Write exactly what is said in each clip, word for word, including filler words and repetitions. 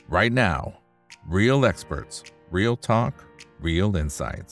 right now. Real experts, real talk, real insights.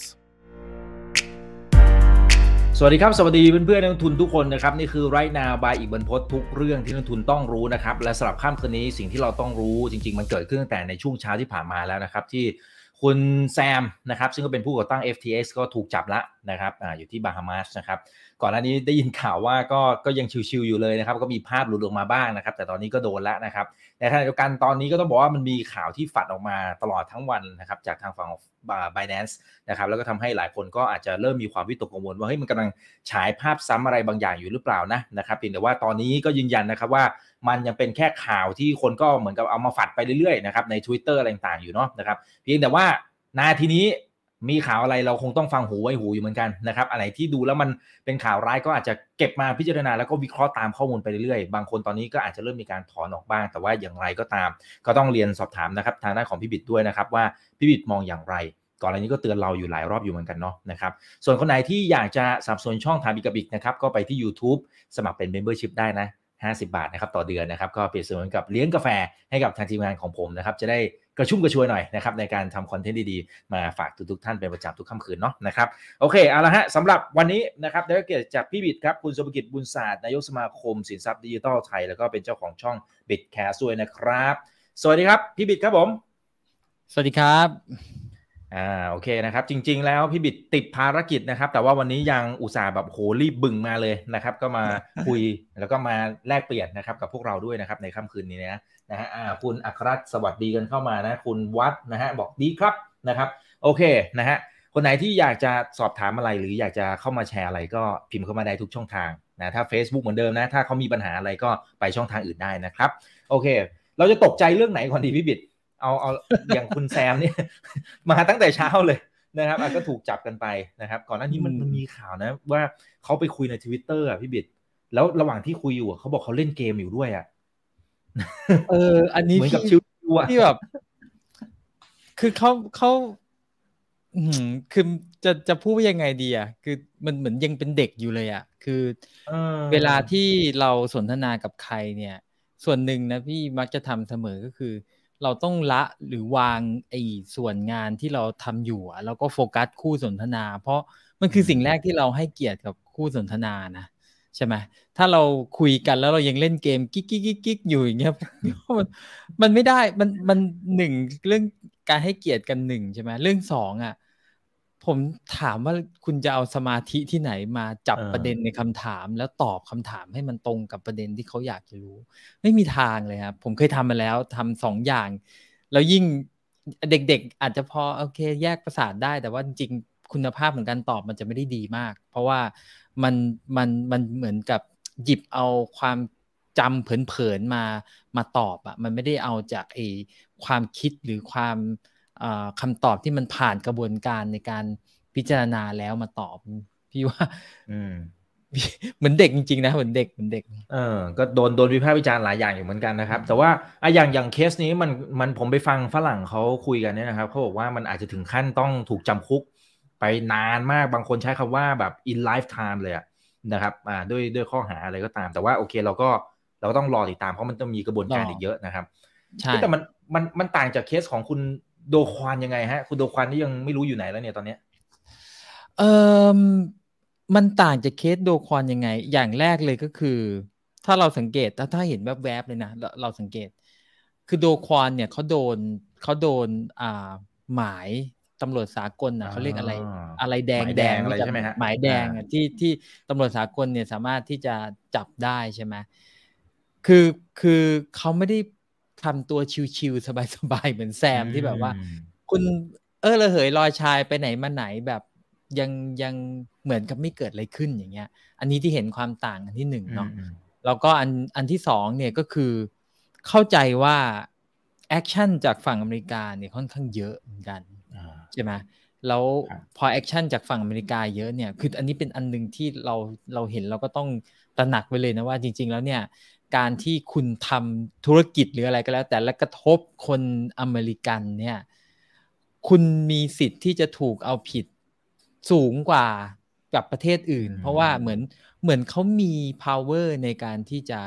สวัสดีครับสวัสดีเพื่อนๆนักลงทุนทุกคนนะครับนี่คือ Right Now by อีกบรรพตทุกเรื่องที่นักลงทุนต้องรู้นะครับและสำหรับค่ำคืนนี้สิ่งที่เราต้องรู้จริงๆมันเกิดขึ้นตั้งแต่ในช่วงเช้าที่ผ่านมาแล้วนะครับที่คุณแซมนะครับซึ่งก็เป็นผู้ก่อตั้ง เอฟ ที เอส ก็ถูกจับละนะครับ อ, อยู่ที่บาฮามาสนะครับก่อนหน้านี้ได้ยินข่าวว่าก็ก็ยังชิวๆอยู่เลยนะครับก็มีภาพหลุดออกมาบ้างนะครับแต่ตอนนี้ก็โดนแล้วนะครับในขณะเดียวกันตอนนี้ก็ต้องบอกว่ามันมีข่าวที่ฝัดออกมาตลอดทั้งวันนะครับจากทางฝั่ง Binance นะครับแล้วก็ทำให้หลายคนก็อาจจะเริ่มมีความวิตกกังวลว่าเฮ้ยมันกำลังฉายภาพซ้ำอะไรบางอย่างอยู่หรือเปล่านะนะครับเพียงแต่ว่าตอนนี้ก็ยืนยันนะครับว่ามันยังเป็นแค่ข่าวที่คนก็เหมือนกับเอามาฝัดไปเรื่อยๆนะครับใน Twitter อะไรต่างๆอยู่เนาะนะครับเพียงแต่ว่านาทีนี้มีข่าวอะไรเราคงต้องฟังหูไว้หูอยู่เหมือนกันนะครับอะไรที่ดูแล้วมันเป็นข่าวร้ายก็อาจจะเก็บมาพิจารณาแล้วก็วิเคราะห์ตามข้อมูลไปเรื่อยๆบางคนตอนนี้ก็อาจจะเริ่มมีการถอนออกบ้างแต่ว่าอย่างไรก็ตามก็ต้องเรียนสอบถามนะครับทางด้านของพี่บิดด้วยนะครับว่าพี่บิดมองอย่างไรก่อนหน้านี้ก็เตือนเราอยู่หลายรอบอยู่เหมือนกันเนาะนะครับส่วนคนไหนที่อยากจะสนับสนุนช่องถามอีกกับอีกนะครับก็ไปที่ YouTube สมัครเป็น Membership ได้นะห้าสิบบาทนะครับต่อเดือนนะครับก็เปรียบเสมือนกับเลี้ยงกาแฟให้กับทางทีมงานของผมนะครับจะได้กระชุ่มกระชวยหน่อยนะครับในการทำคอนเทนต์ดีๆมาฝากทุกๆท่านเป็นประจำทุกค่ำคืนเนาะนะครับโอเคเอาละฮะสำหรับวันนี้นะครับได้เกียรติจากพี่บิดครับคุณสุภกิจบุญศาสตร์นายกสมาคมสินทรัพย์ดิจิทัลไทยแล้วก็เป็นเจ้าของช่อง Bitcast ด้วยนะครับสวัสดีครับพี่บิดครับผมสวัสดีครับอ่าโอเคนะครับจริงๆแล้วพี่บิดติดภารกิจนะครับแต่ว่าวันนี้ยังอุตส่าห์แบบโหรีบบึ่งมาเลยนะครับก็มาคุยแล้วก็มาแลกเปลี่ยนนะครับกับพวกเราด้วยนะครับในค่ำคืนนี้นะนะฮะอ่าคุณอัครรัตน์สวัสดีกันเข้ามานะคุณวัดนะฮะบอกดีครับนะครับโอเคนะฮะคนไหนที่อยากจะสอบถามอะไรหรืออยากจะเข้ามาแชร์อะไรก็พิมพ์เข้ามาได้ทุกช่องทางนะถ้า Facebook เหมือนเดิมนะถ้าเขามีปัญหาอะไรก็ไปช่องทางอื่นได้นะครับโอเคเราจะตกใจเรื่องไหนก่อนดีพี่บิดเอาเอาอย่างคุณแซมเนี่ยมาตั้งแต่เช้าเลยนะครับก็ถูกจับกันไปนะครับก่อนหน้านี้มันมันมีข่าวนะว่าเขาไปคุยใน Twitter อ่ะพี่บิดแล้วระหว่างที่คุยอยู่เขาบอกเขาเล่นเกมอยู่ด้วยอ่ะเอออันนี้เหมือนกับชิวๆที่แบบคือเขาเขาอืมคือจะจะพูดว่ายังไงดีอ่ะคือมันเหมือนยังเป็นเด็กอยู่เลยอ่ะคือเวลาที่เราสนทนากับใครเนี่ยส่วนหนึ่งนะพี่มักจะทำเสมอก็คือเราต้องละหรือวางไอ้ส่วนงานที่เราทำอยู่แล้วก็โฟกัสคู่สนทนาเพราะมันคือสิ่งแรกที่เราให้เกียรติกับคู่สนทนานะใช่ไหมถ้าเราคุยกันแล้วเรายังเล่นเกมกิ๊กกิ๊กกิ๊กกิ๊กอยู่อย่างเงี้ยมันมันไม่ได้มันมันหนึ่งเรื่องการให้เกียรติกันหนึ่งใช่ไหมเรื่องสองอ่ะผมถามว่าคุณจะเอาสมาธิที่ไหนมาจับประเด็นในคำถามแล้วตอบคำถามให้มันตรงกับประเด็นที่เขาอยากจะรู้ไม่มีทางเลยครับผมเคยทำมาแล้วทำสองอย่างแล้วยิ่งเด็กๆอาจจะพอโอเคแยกประสาทได้แต่ว่าจริงๆคุณภาพของการตอบมันจะไม่ได้ดีมากเพราะว่ามันมันมันเหมือนกับหยิบเอาความจำเผินๆมามาตอบอ่ะมันไม่ได้เอาจากไอ้ความคิดหรือความคำตอบที่มันผ่านกระบวนการในการพิจารณาแล้วมาตอบพี่ว่าเหมือนเด็กจริงๆนะเหมือนเด็กเหมือนเด็กเออก็โดนโดนวิพากษ์วิจารณ์หลายอย่างอยู่เหมือนกันนะครับแต่ว่าอ่ะอย่างอย่างเคสนี้มันมันผมไปฟังฝรั่งเขาคุยกันเนี่ยนะครับเขาบอกว่ามันอาจจะถึงขั้นต้องถูกจำคุกไปนานมากบางคนใช้คำว่าแบบ in lifetime เลยนะครับอ่าด้วยด้วยข้อหาอะไรก็ตามแต่ว่าโอเคเราก็เราก็ต้องรอติดตามเพราะมันต้องมีกระบวนการอีกเยอะนะครับใช่แต่มันมันมันต่างจากเคสของคุณโดควานยังไงฮะคุณโดควานนี่ยังไม่รู้อยู่ไหนแล้วเนี่ยตอนเนี้ยเอ่อมันต่างจากเคสโดควานยังไงอย่างแรกเลยก็คือถ้าเราสังเกตถ้าถ้าเห็นแวบๆเลยนะเราเราสังเกตคือโดควานเนี่ยเขาโดนเขาโดนอ่าหมายตำรวจสากลนะเขาเรียกอะไรอะไรแดงแดงอะไรใช่ไหมฮะหมายแดงที่ที่ตำรวจสากลเนี่ยสามารถที่จะจับได้ใช่ไหมคือคือเขาไม่ได้ทำตัวชิวๆสบายๆเหมือนแซมที่แบบว่าคุณเออระเหยลอยชายไปไหนมาไหนแบบยังยังเหมือนกับไม่เกิดอะไรขึ้นอย่างเงี้ยอันนี้ที่เห็นความต่างอันที่หนึ่งเนาะแล้วก็อันอันที่สองเนี่ยก็คือเข้าใจว่าแอคชั่นจากฝั่งอเมริกาเนี่ยค่อนข้างเยอะเหมือนกันใช่ไหมแล้วพอแอคชั่นจากฝั่งอเมริกาเยอะเนี่ยคืออันนี้เป็นอันนึงที่เราเราเห็นเราก็ต้องตระหนักไว้เลยนะว่าจริงๆแล้วเนี่ยการที่คุณทำธุรกิจหรืออะไรก็แล้วแต่และกระทบคนอเมริกันเนี่ยคุณมีสิทธิ์ที่จะถูกเอาผิดสูงกว่ากับประเทศอื่นเพราะว่าเหมือนเหมือนเขามี power ในการที่จะ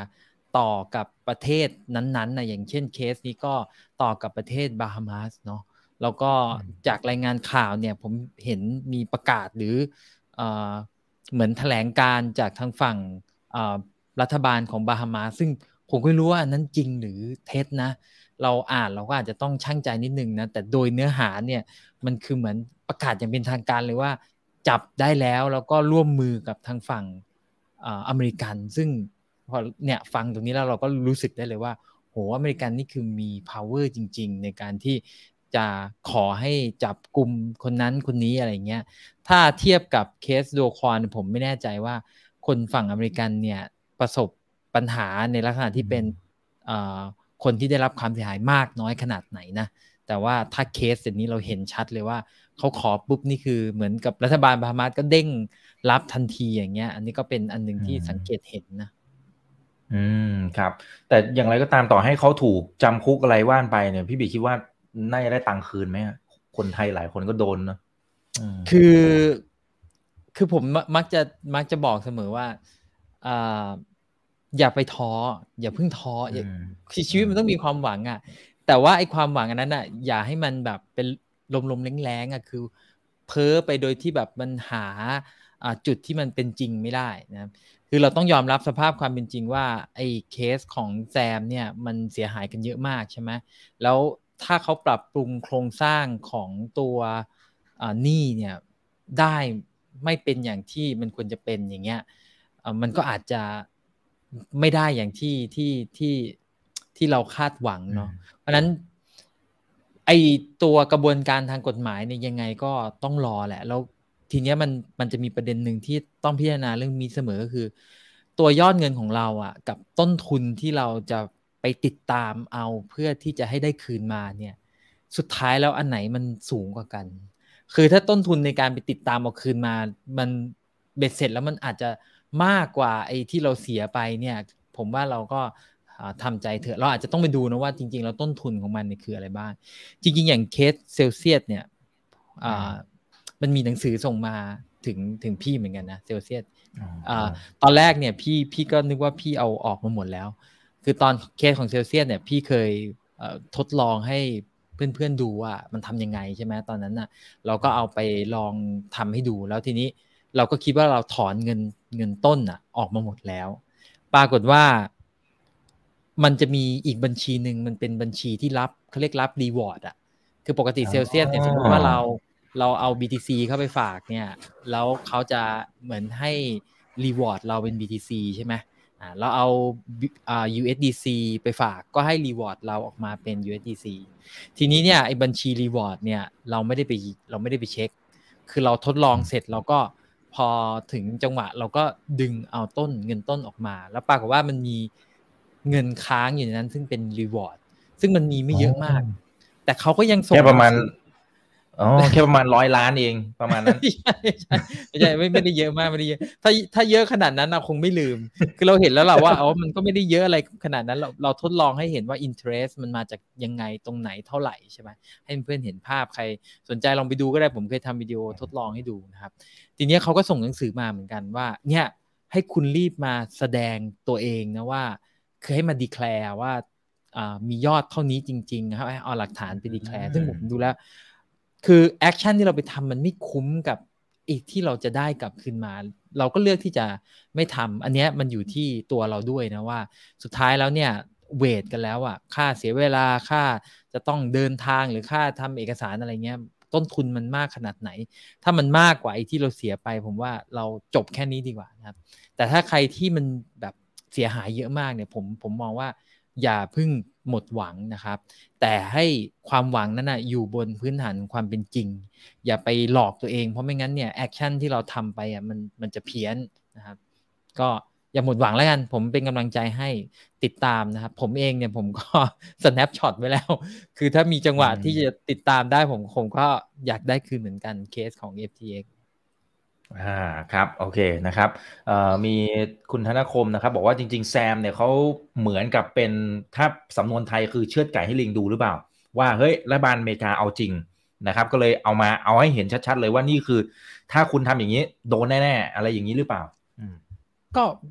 ต่อกับประเทศนั้นๆนะอย่างเช่นเคสนี้ก็ต่อกับประเทศบาฮามาสเนาะแล้วก็จากรายงานข่าวเนี่ยผมเห็นมีประกาศหรือเอ่อเหมือนแถลงการจากทางฝั่งรัฐบาลของบาฮามาซึ่งผมก็ไม่รู้ว่าอันนั้นจริงหรือเท็จนะเราอ่านเราก็อาจจะต้องชั่งใจนิดนึงนะแต่โดยเนื้อหาเนี่ยมันคือเหมือนประกาศอย่างเป็นทางการเลยว่าจับได้แล้วแล้วก็ร่วมมือกับทางฝั่งอเมริกันซึ่งพอเนี่ยฟังตรงนี้แล้วเราก็รู้สึกได้เลยว่าโหอเมริกันนี่คือมี power จริงๆในการที่จะขอให้จับกลุ่มคนนั้นคนนี้อะไรเงี้ยถ้าเทียบกับเคสโดควอนผมไม่แน่ใจว่าคนฝั่งอเมริกันเนี่ยประสบปัญหาในลักษณะที่เป็นคนที่ได้รับความเสียหายมากน้อยขนาดไหนนะแต่ว่าถ้าเคสแบบนี้เราเห็นชัดเลยว่าเขาขอปุ๊บนี่คือเหมือนกับรัฐบาลบาฮามาสก็เด้งรับทันทีอย่างเงี้ยอันนี้ก็เป็นอันหนึ่งที่สังเกตเห็นนะอืมครับแต่อย่างไรก็ตามต่อให้เขาถูกจำคุกอะไรว่านไปเนี่ยพี่บีคิดว่าน่าจะได้ตังค์คืนไหมคนไทยหลายคนก็โดนเนอะคือคือผมมักจะมักจะบอกเสมอว่าอ่าอย่าไปท้ออย่าเพิ่งท้อชีวิตมันต้องมีความหวังอ่ะแต่ว่าไอ้ความหวังอันนั้นอ่ะอย่าให้มันแบบเป็นลมๆแรงๆอ่ะคือเพ้อไปโดยที่แบบมันหาจุดที่มันเป็นจริงไม่ได้นะคือเราต้องยอมรับสภาพความเป็นจริงว่าไอ้เคสของแซมเนี่ยมันเสียหายกันเยอะมากใช่ไหมแล้วถ้าเขาปรับปรุงโครงสร้างของตัวหนี้เนี่ยได้ไม่เป็นอย่างที่มันควรจะเป็นอย่างเงี้ยมันก็อาจจะไม่ได้อย่างที่ที่ที่ที่เราคาดหวังเนาะเพราะนั้นไอตัวกระบวนการทางกฎหมายเนี่ยยังไงก็ต้องรอแหละแล้วทีเนี้ยมันมันจะมีประเด็นหนึ่งที่ต้องพิจารณาเรื่องมีเสมอก็คือตัวยอดเงินของเราอ่ะกับต้นทุนที่เราจะไปติดตามเอาเพื่อที่จะให้ได้คืนมาเนี่ยสุดท้ายแล้วอันไหนมันสูงกว่ากันคือถ้าต้นทุนในการไปติดตามเอาคืนมามันเบ็ดเสร็จแล้วมันอาจจะมากกว่าไอ้ที่เราเสียไปเนี่ยผมว่าเราก็ทำใจเถอะเราอาจจะต้องไปดูนะว่าจริงๆแล้วต้นทุนของมันเนี่ยคืออะไรบ้างจริงๆอย่างเคสเซลเซียสเนี่ยมันมีหนังสือส่งมาถึงถึงพี่เหมือนกันนะเซลเซียสตอนแรกเนี่ยพี่พี่ก็นึกว่าพี่เอาออกมาหมดแล้วคือตอนเคสของเซลเซียสเนี่ยพี่เคยทดลองให้เพื่อนๆดูว่ามันทำยังไงใช่ไหมตอนนั้นน่ะเราก็เอาไปลองทำให้ดูแล้วทีนี้เราก็คิดว่าเราถอนเงินเงินต้นอ่ะออกมาหมดแล้วปรากฏว่ามันจะมีอีกบัญชีหนึ่งมันเป็นบัญชีที่รับเขาเรียกรับรีวอร์ดอ่ะคือปกติเซลเซียสเนี่ยสมมติว่าเราเราเอา บี ที ซี เข้าไปฝากเนี่ยแล้วเขาจะเหมือนให้รีวอร์ดเราเป็น บี ที ซี ใช่ไหมอ่าเราเอาอ่า ยู เอส ดี ซี ไปฝากก็ให้รีวอร์ดเราออกมาเป็น ยู เอส ดี ซี ทีนี้เนี่ยไอ้บัญชีรีวอร์ดเนี่ยเราไม่ได้ไปเราไม่ได้ไปเช็คคือเราทดลองเสร็จเราก็พอถึงจังหวะเราก็ดึงเอาต้นเงินต้นออกมาแล้วปรากฏว่ามันมีเงินค้างอยู่ในนั้นซึ่งเป็นรีวอร์ดซึ่งมันมีไม่เยอะมากแต่เขาก็ยังส่งแค่ประมาณอ๋อแค่ประมาณร้อยล้านเองประมาณนั้นใช่ใช่ไม่ใช่ไม่ไม่ได้เยอะมากไม่ได้เยอะถ้าถ้าเยอะขนาดนั้นเราคงไม่ลืมคือเราเห็นแล้วแหละว่าอ๋อมันก็ไม่ได้เยอะอะไรขนาดนั้นเราเราทดลองให้เห็นว่า interest มันมาจากยังไงตรงไหนเท่าไหร่ใช่ไหมให้เพื่อนเห็นภาพใครสนใจลองไปดูก็ได้ผมเคยทำวิดีโอทดลองให้ดูนะครับทีนี้เขาก็ส่งหนังสือมาเหมือนกันว่าเนี่ยให้คุณรีบมาแสดงตัวเองนะว่าคือให้มา declare ว่ามียอดเท่านี้จริงๆครับเอาหลักฐานไป declare ซึ่งผมดูแล้วคือแอคชั่นที่เราไปทำมันไม่คุ้มกับอีกที่เราจะได้กลับคืนมาเราก็เลือกที่จะไม่ทำอันนี้มันอยู่ที่ตัวเราด้วยนะว่าสุดท้ายแล้วเนี่ยเวทกันแล้วอ่ะค่าเสียเวลาค่าจะต้องเดินทางหรือค่าทำเอกสารอะไรเงี้ยต้นทุนมันมากขนาดไหนถ้ามันมากกว่าไอ้ที่เราเสียไปผมว่าเราจบแค่นี้ดีกว่านะครับแต่ถ้าใครที่มันแบบเสียหายเยอะมากเนี่ยผมผมมองว่าอย่าเพิ่งหมดหวังนะครับแต่ให้ความหวังนั้นนะอยู่บนพื้นฐานความเป็นจริงอย่าไปหลอกตัวเองเพราะไม่งั้นเนี่ยแอคชั่นที่เราทำไปอ่ะมันมันจะเพี้ยนนะครับก็อย่าหมดหวังแล้วกันผมเป็นกำลังใจให้ติดตามนะครับผมเองเนี่ยผมก็ snapshot ไว้แล้วคือถ้ามีจังหวะที่จะติดตามได้ผมผมก็อยากได้คืนเหมือนกันเคสของ เอฟ ที เอ็กซ์อ่าครับโอเคนะครับเอ่อมีคุณธนคมนะครับบอกว่าจริงๆแซมเนี่ยเขาเหมือนกับเป็นถ้าสำนวนไทยคือเชือดไก่ให้ลิงดูหรือเปล่าว่าเฮ้ยรัฐบาลอเมริกาเอาจริงนะครับก็เลยเอามาเอาให้เห็นชัดๆเลยว่านี่คือถ้าคุณทำอย่างนี้โดนแน่ๆอะไรอย่างนี้หรือเปล่าอืมก็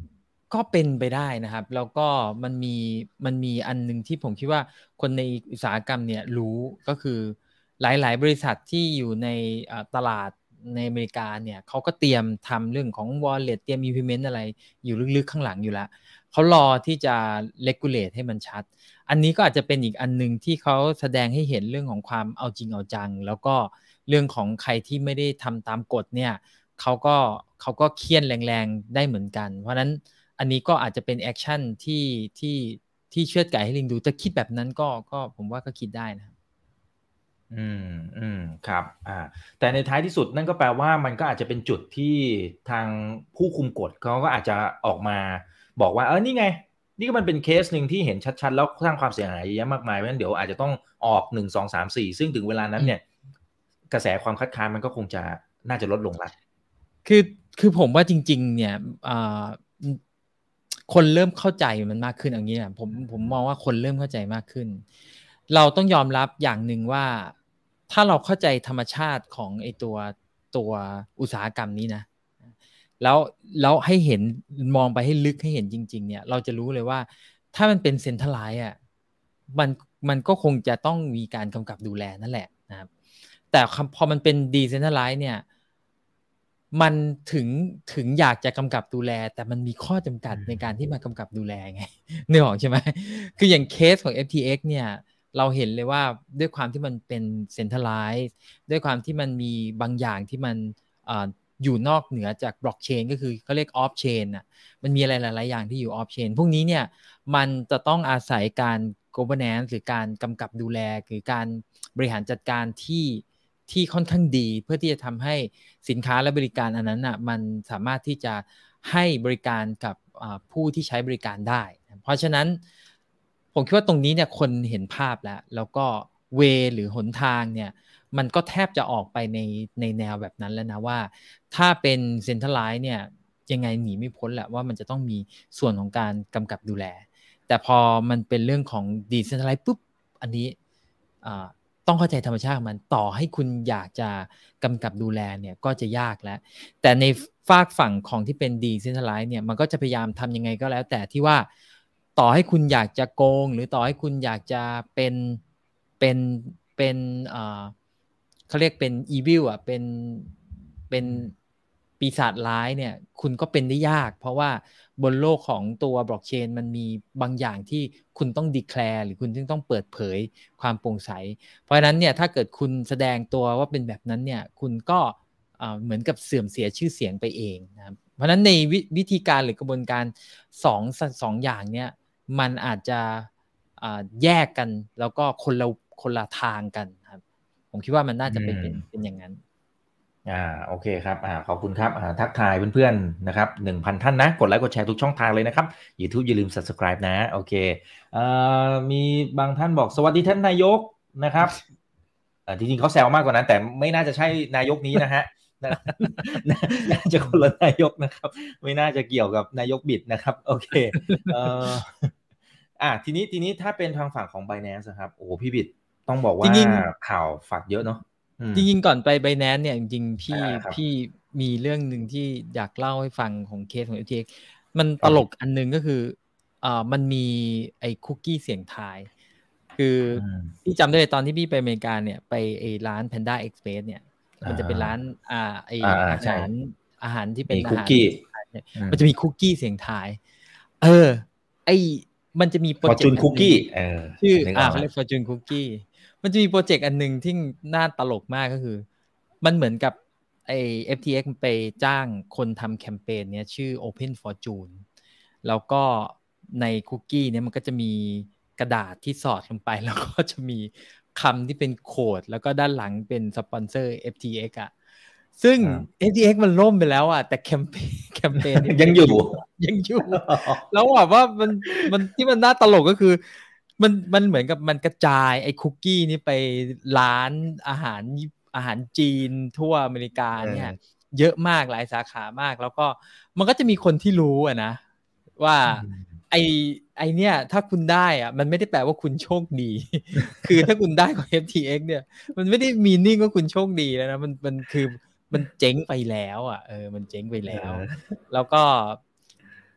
ก็เป็นไปได้นะครับแล้วก็มันมีมันมีอันนึงที่ผมคิดว่าคนในอุตสาหกรรมเนี่ยรู้ก็คือหลายๆบริษัทที่อยู่ในตลาดในอเมริกาเนี่ยเขาก็เตรียมทำเรื่องของ wallet เตรียม implement อะไรอยู่ลึกๆข้างหลังอยู่แล้วเขารอที่จะ regulate ให้มันชัดอันนี้ก็อาจจะเป็นอีกอันนึงที่เขาแสดงให้เห็นเรื่องของความเอาจริงเอาจังแล้วก็เรื่องของใครที่ไม่ได้ทำตามกฎเนี่ยเขาก็เขาก็เคี่ยนแรงๆได้เหมือนกันเพราะนั้นอันนี้ก็อาจจะเป็นแอคชั่นที่ที่ที่เชือดไก่ให้ลิงดูจะคิดแบบนั้นก็ก็ผมว่าก็คิดได้นะอืมอืมครับอ่าแต่ในท้ายที่สุดนั่นก็แปลว่ามันก็อาจจะเป็นจุดที่ทางผู้คุมกฎเขาก็อาจจะออกมาบอกว่าเออนี่ไงนี่ก็มันเป็นเคสหนึ่งที่เห็นชัดๆแล้วสร้างความเสียหายเยอะมากมายเพราะฉะนั้นเดี๋ยวอาจจะต้องออกหนึ่งสองสามสี่ซึ่งถึงเวลานั้นเนี่ยกระแสความคัดค้านมันก็คงจะน่าจะลดลงละคือคือผมว่าจริงๆเนี่ยอ่าคนเริ่มเข้าใจมันมากขึ้นอย่างนี้นะผมผมมองว่าคนเริ่มเข้าใจมากขึ้นเราต้องยอมรับอย่างหนึ่งว่าถ้าเราเข้าใจธรรมชาติของไอ้ตัวตัวอุตสาหกรรมนี้นะแล้วแล้วให้เห็นมองไปให้ลึกให้เห็นจริงๆเนี่ยเราจะรู้เลยว่าถ้ามันเป็นเซ็นทรัลไลซ์อ่ะมันมันก็คงจะต้องมีการกำกับดูแลนั่นแหละนะครับแต่พอมันเป็นดีเซ็นทรัลไลซ์เนี่ยมันถึงถึงอยากจะกำกับดูแลแต่มันมีข้อจำกัดในการที่มากำกับดูแลไงนึกออกใช่ไหมคืออย่างเคสของ เอฟ ที เอ็กซ์ เนี่ยเราเห็นเลยว่าด้วยความที่มันเป็นเซ็นทรัลไลซ์ด้วยความที่มันมีบางอย่างที่มันอ่าอยู่นอกเหนือจากบล็อกเชนก็คือเขาเรียกออฟเชนอ่ะมันมีอะไรหลายๆอย่างที่อยู่ออฟเชนพวกนี้เนี่ยมันจะต้องอาศัยการ governance หรือการกำกับดูแลหรือการบริหารจัดการที่ที่ค่อนข้างดีเพื่อที่จะทำให้สินค้าและบริการอันนั้นอ่ะมันสามารถที่จะให้บริการกับผู้ที่ใช้บริการได้เพราะฉะนั้นผมคิดว่าตรงนี้เนี่ยคนเห็นภาพแล้วแล้วก็เวหรือหนทางเนี่ยมันก็แทบจะออกไปในในแนวแบบนั้นแล้วนะว่าถ้าเป็นเซ็นทรัลไลซ์เนี่ยยังไงหนีไม่พ้นแหละว่ามันจะต้องมีส่วนของการกำกับดูแลแต่พอมันเป็นเรื่องของดีเซ็นทรัลไลซ์ปุ๊บอันนี้ต้องเข้าใจธรรมชาติมันต่อให้คุณอยากจะกำกับดูแลเนี่ยก็จะยากแล้วแต่ในฝากฝั่งของที่เป็นดีเซ็นทรัลไลซ์เนี่ยมันก็จะพยายามทำยังไงก็แล้วแต่ที่ว่าต่อให้คุณอยากจะโกงหรือต่อให้คุณอยากจะเป็นเป็นเป็นเอ่อเขาเรียกเป็นอีวิลอ่ะเป็นเป็นปีศาจร้ายเนี่ยคุณก็เป็นได้ยากเพราะว่าบนโลกของตัวบล็อกเชนมันมีบางอย่างที่คุณต้องดีแคลร์หรือคุณต้องเปิดเผยความโปร่งใสเพราะฉะนั้นเนี่ยถ้าเกิดคุณแสดงตัวว่าเป็นแบบนั้นเนี่ยคุณก็เหมือนกับเสื่อมเสียชื่อเสียงไปเองนะครับเพราะฉะนั้นในววิธีการหรือกระบวนการสองสองอย่างเนี่ยมันอาจจะแยกกันแล้วก็คนละคนละทางกันครับผมคิดว่ามันน่าจะเป็นเป็นเป็นอย่างนั้นอ่าโอเคครับอ่าขอบคุณครับอ่าทักทายเพื่อนๆนะครับ หนึ่งพัน ท่านนะกดไลค์กดแชร์ทุกช่องทางเลยนะครับ YouTube อย่าลืม Subscribe นะโอเคเอ่อมีบางท่านบอกสวัสดีท่านนายกนะครับเอ่อจริงๆเขาแซวมากกว่านั้นแต่ไม่น่าจะใช่นายกนี้นะฮะน่าจะคนละนายกนะครับไม่น่าจะเกี่ยวกับนายกบิดนะครับโอเคเอ่ออ่าทีนี้ทีนี้ถ้าเป็นทางฝั่งของ Binance นะครับโอ้พี่บิดต้องบอกว่าข่าวฝากเยอะเนาะจริงๆก่อนไป Binance เนี่ยจริงๆพี่พี่มีเรื่องหนึ่งที่อยากเล่าให้ฟังของเคสของ เอฟ ที เอ็กซ์ มันตลกอันนึงก็คืออ่ามันมีไอ้คุกกี้เสียงทายคือพี่จำได้เลยตอนที่พี่ไปอเมริกาเนี่ยไปไอ้ร้าน Panda Express เนี่ยมันจะเป็นร้านอ่าไอ้อาหารอาหารที่เป็นอาหารมันจะมีคุกกี้เสียงทายเออไอ้มันจะมีโปรเจกต์ Fortune Cookie เออชื่ออ่าเขาเรียก Fortune Cookieมันจะมีโปรเจกต์อันนึงที่น่าตลกมากก็คือมันเหมือนกับไอ้ เอฟ ที เอ็กซ์ ไปจ้างคนทำแคมเปญเนี้ยชื่อ Open Fortune แล้วก็ในคุกกี้เนี่ยมันก็จะมีกระดาษที่สอดลงไปแล้วก็จะมีคำที่เป็นโค้ดแล้วก็ด้านหลังเป็นสปอนเซอร์ เอฟ ที เอ็กซ์ อ่ะซึ่ง เอฟ ที เอ็กซ์ มันล่มไปแล้วอ่ะแต่แคมเปญแคมเปญยังอยู่ยังอยู่แล้วแบบว่ามันมันที่มันน่าตลกก็คือมันมันเหมือนกับมันกระจายไอ้คุกกี้นี้ไปร้านอาหารอาหารจีนทั่วอเมริกาเนี่ยเยอะมากหลายสาขามากแล้วก็มันก็จะมีคนที่รู้อ่ะนะว่าไอ้ไอ้เนี่ยถ้าคุณได้อ่ะมันไม่ได้แปลว่าคุณโชคดีคือถ้าคุณได้ของ เอฟ ที เอ็กซ์ เนี่ยมันไม่ได้มีนิ่งว่าคุณโชคดีแล้วนะมันมันคือมันเจ๊งไปแล้วอ่ะเออมันเจ๊งไปแล้วแล้วก็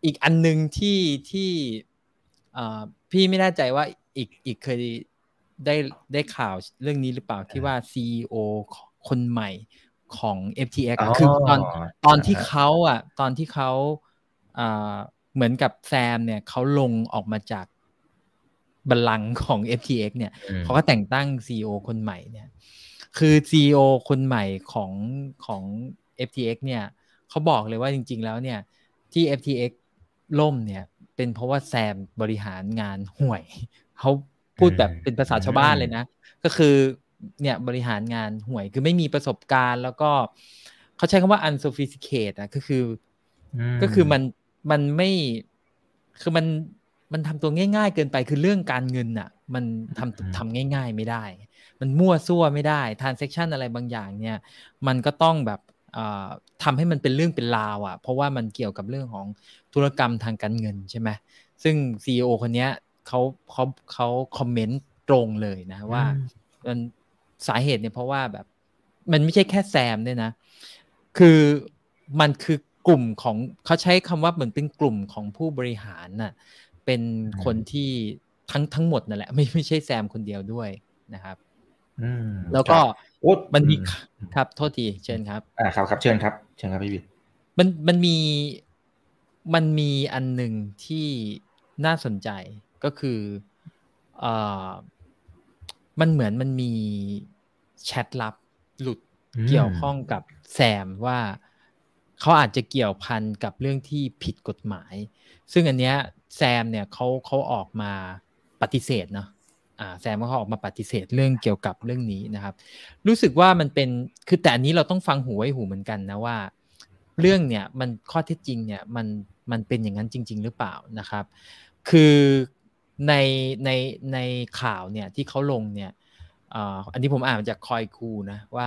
อีกอันนึงที่ที่อ่าพี่ไม่แน่ใจว่าอีกอีกเคยได้ได้ข่าวเรื่องนี้หรือเปล่าที่ว่า ซี อี โอ คนใหม่ของ เอฟ ที เอ็กซ์ คือตอนตอนที่เขาอ่ะตอนที่เขาอ่าเหมือนกับแซมเนี่ยเขาลงออกมาจากบัลลังก์ของ เอฟ ที เอ็กซ์ เนี่ยเขาก็แต่งตั้ง ซี อี โอ คนใหม่เนี่ยคือ ซี อี โอ คนใหม่ของของ เอฟ ที เอ็กซ์ เนี่ยเขาบอกเลยว่าจริงๆแล้วเนี่ยที่ เอฟ ที เอ็กซ์ ล่มเนี่ยเป็นเพราะว่าแซมบริหารงานห่วยเขาพูดแบบเป็นภาษาชาวบ้านเลยนะก็คือเนี่ยบริหารงานห่วยคือไม่มีประสบการณ์แล้วก็เขาใช้คำว่า unsophisticated อ่ะก็คือก็คือมันมันไม่คือมันมันทำตัวง่ายๆเกินไปคือเรื่องการเงินอ่ะมันทำทำง่ายๆไม่ได้มันมั่วซั่วไม่ได้ transaction อะไรบางอย่างเนี่ยมันก็ต้องแบบทำให้มันเป็นเรื่องเป็นราวอ่ะเพราะว่ามันเกี่ยวกับเรื่องของธุรกรรมทางการเงินใช่ไหมซึ่ง ซี อี โอ คนนี้เขาเขาเขาคอมเมนต์ตรงเลยนะว่ามันสาเหตุเนี่ยเพราะว่าแบบมันไม่ใช่แค่แซมเนี่ยนะคือมันคือกลุ่มของเขาใช้คำว่าเหมือนเป็นกลุ่มของผู้บริหารน่ะเป็นคนที่ทั้งทั้งหมดนั่นแหละไม่ไม่ใช่แซมคนเดียวด้วยนะครับแล้วก็มันมีครับโทษทีเชิญครับอ่าครับครับเชิญครับเชิญครับพี่บิ๊กมันมันมีมันมีอันหนึ่งที่น่าสนใจก็คือเอ่อมันเหมือนมันมีแชทลับหลุดเกี่ยวข้องกับแซมว่าเขาอาจจะเกี่ยวพันกับเรื่องที่ผิดกฎหมายซึ่งอันเนี้ยแซมเนี่ยเขาเขาออกมาปฏิเสธเนาะอ่าแซมเขาออกมาปฏิเสธเรื่องเกี่ยวกับเรื่องนี้นะครับรู้สึกว่ามันเป็นคือแต่อันนี้เราต้องฟังหูไว้หูเหมือนกันนะว่าเรื่องเนี่ยมันข้อเท็จจริงเนี่ยมันมันเป็นอย่างนั้นจริงๆหรือเปล่านะครับคือในในในข่าวเนี่ยที่เขาลงเนี่ยอ่าอันนี้ผมอ่านมาจากคอยคูนะว่า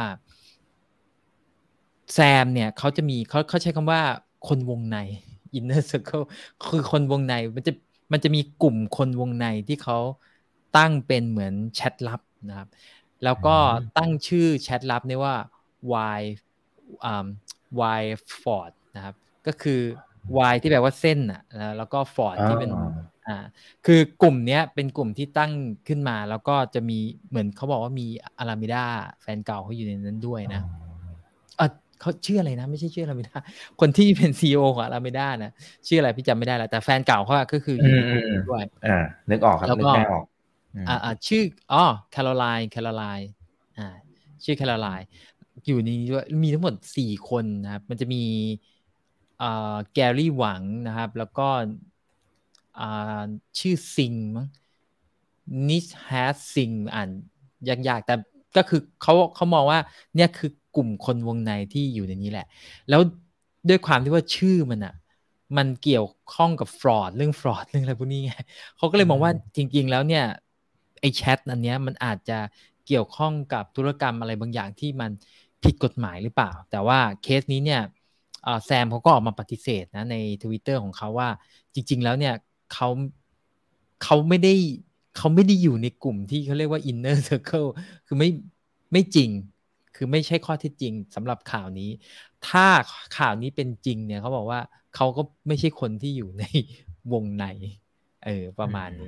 แซมเนี่ยเขาจะมีเขาเขาใช้คำว่าคนวงใน inner circle คือคนวงในมันจะมันจะมีกลุ่มคนวงในที่เขาตั้งเป็นเหมือนแชทลับนะครับแล้วก็ตั้งชื่อแชทลับนี่ว่า Y อ่า Y Ford นะครับก็คือ Y ที่แปลว่าเส้นอ่ะแล้วก็ Ford ที่เป็นอ่าคือกลุ่มนี้เป็นกลุ่มที่ตั้งขึ้นมาแล้วก็จะมีเหมือนเขาบอกว่ามีอารามิดาแฟนเก่าเขาอยู่ในนั้นด้วยนะเออเขาชื่ออะไรนะไม่ใช่ชื่ออารามิดาคนที่เป็น ซี อี โอ ของอารามิดานะชื่ออะไรพี่จำไม่ได้แล้วแต่แฟนเก่าเขาก็คืออยู่ในกลุ่มด้วยอ่านึกออกครับนึกได้ออกอ่าอ่าชื่ออ๋อแคโรไลน์แคโรไลน์อ่าชื่อแคโรไลน์อยู่ในนี้ด้วยมีทั้งหมดสี่คนนะครับมันจะมีอ่าแกรี่หวังนะครับแล้วก็อ่าชื่อซิงมั้งนิชแฮสซิงอ่านยากๆแต่ก็คือเขาเขามองว่าเนี่ยคือกลุ่มคนวงในที่อยู่ในนี้แหละแล้วด้วยความที่ว่าชื่อมันอ่ะมันเกี่ยวข้องกับฟรอดเรื่องฟรอดเรื่องอะไรพวกนี้ไงเขาก็เลยมองว่าจริงๆแล้วเนี่ยไอ้แชทอันเนี้ยมันอาจจะเกี่ยวข้องกับธุรกรรมอะไรบางอย่างที่มันผิดกฎหมายหรือเปล่าแต่ว่าเคสนี้เนี่ยแซมเขาก็ออกมาปฏิเสธนะใน Twitter ของเขาว่าจริงๆแล้วเนี่ยเขาเขาไม่ได้เขาไม่ได้อยู่ในกลุ่มที่เขาเรียกว่า inner circle คือไม่ไม่จริงคือไม่ใช่ข้อเท็จจริงสำหรับข่าวนี้ถ้าข่าวนี้เป็นจริงเนี่ยเขาบอกว่าเขาก็ไม่ใช่คนที่อยู่ในวงในเออประมาณนี้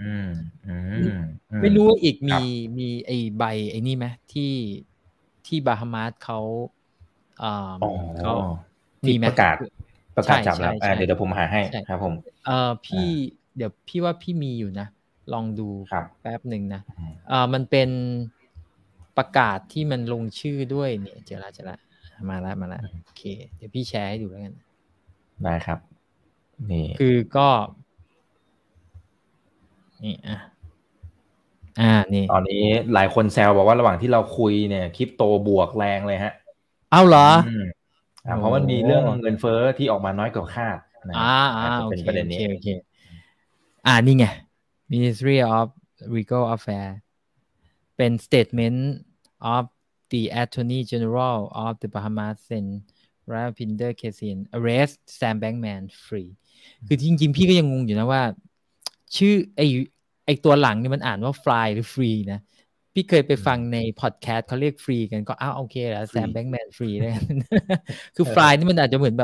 ไม่รู้ว่าอีกมีมีไอ้ใบไอ้นี่ไหมที่ที่บาฮามาสเขาอ่าเขามีประกาศประกาศจับแล้วเดี๋ยวเดี๋ยวผมหาให้ครับผมเออพี่เดี๋ยวพี่ว่าพี่มีอยู่นะลองดูแป๊บหนึ่งนะอ่ามันเป็นประกาศที่มันลงชื่อด้วยเนี่ยเจอละเจอละมาแล้วมาแล้วโอเคเดี๋ยวพี่แชร์ให้ดูแล้วกันได้ครับนี่คือก็นี่อ่ะอ่านี่ตอนนี้หลายคนแซวบอกว่าระหว่างที่เราคุยเนี่ยคริปโตบวกแรงเลยฮะเอาเหรออ่าเพราะมันมีเรื่องเงินเฟ้อที่ออกมาน้อยกว่าคาดนะอ่าอ่าโอเคโอเคโอเคอ่านี่ไง Ministry of Legal Affairs เป็น Statement of the Attorney General of the Bahamas and Rapinder Cassian arrest Sam Bankman Free คือจริงๆพี่ก็ยังงงอยู่นะว่าชื่อไอไอตัวหลังนี่มันอ่านว่า fly หรือ free นะพี่เคยไปฟังในพอดแคสต์เขาเรียกฟรีกันก็อ้าวโอเคแล้ว Sam Bankman Free เลยคือ fly นี่มันอาจจะเหมือนแบบ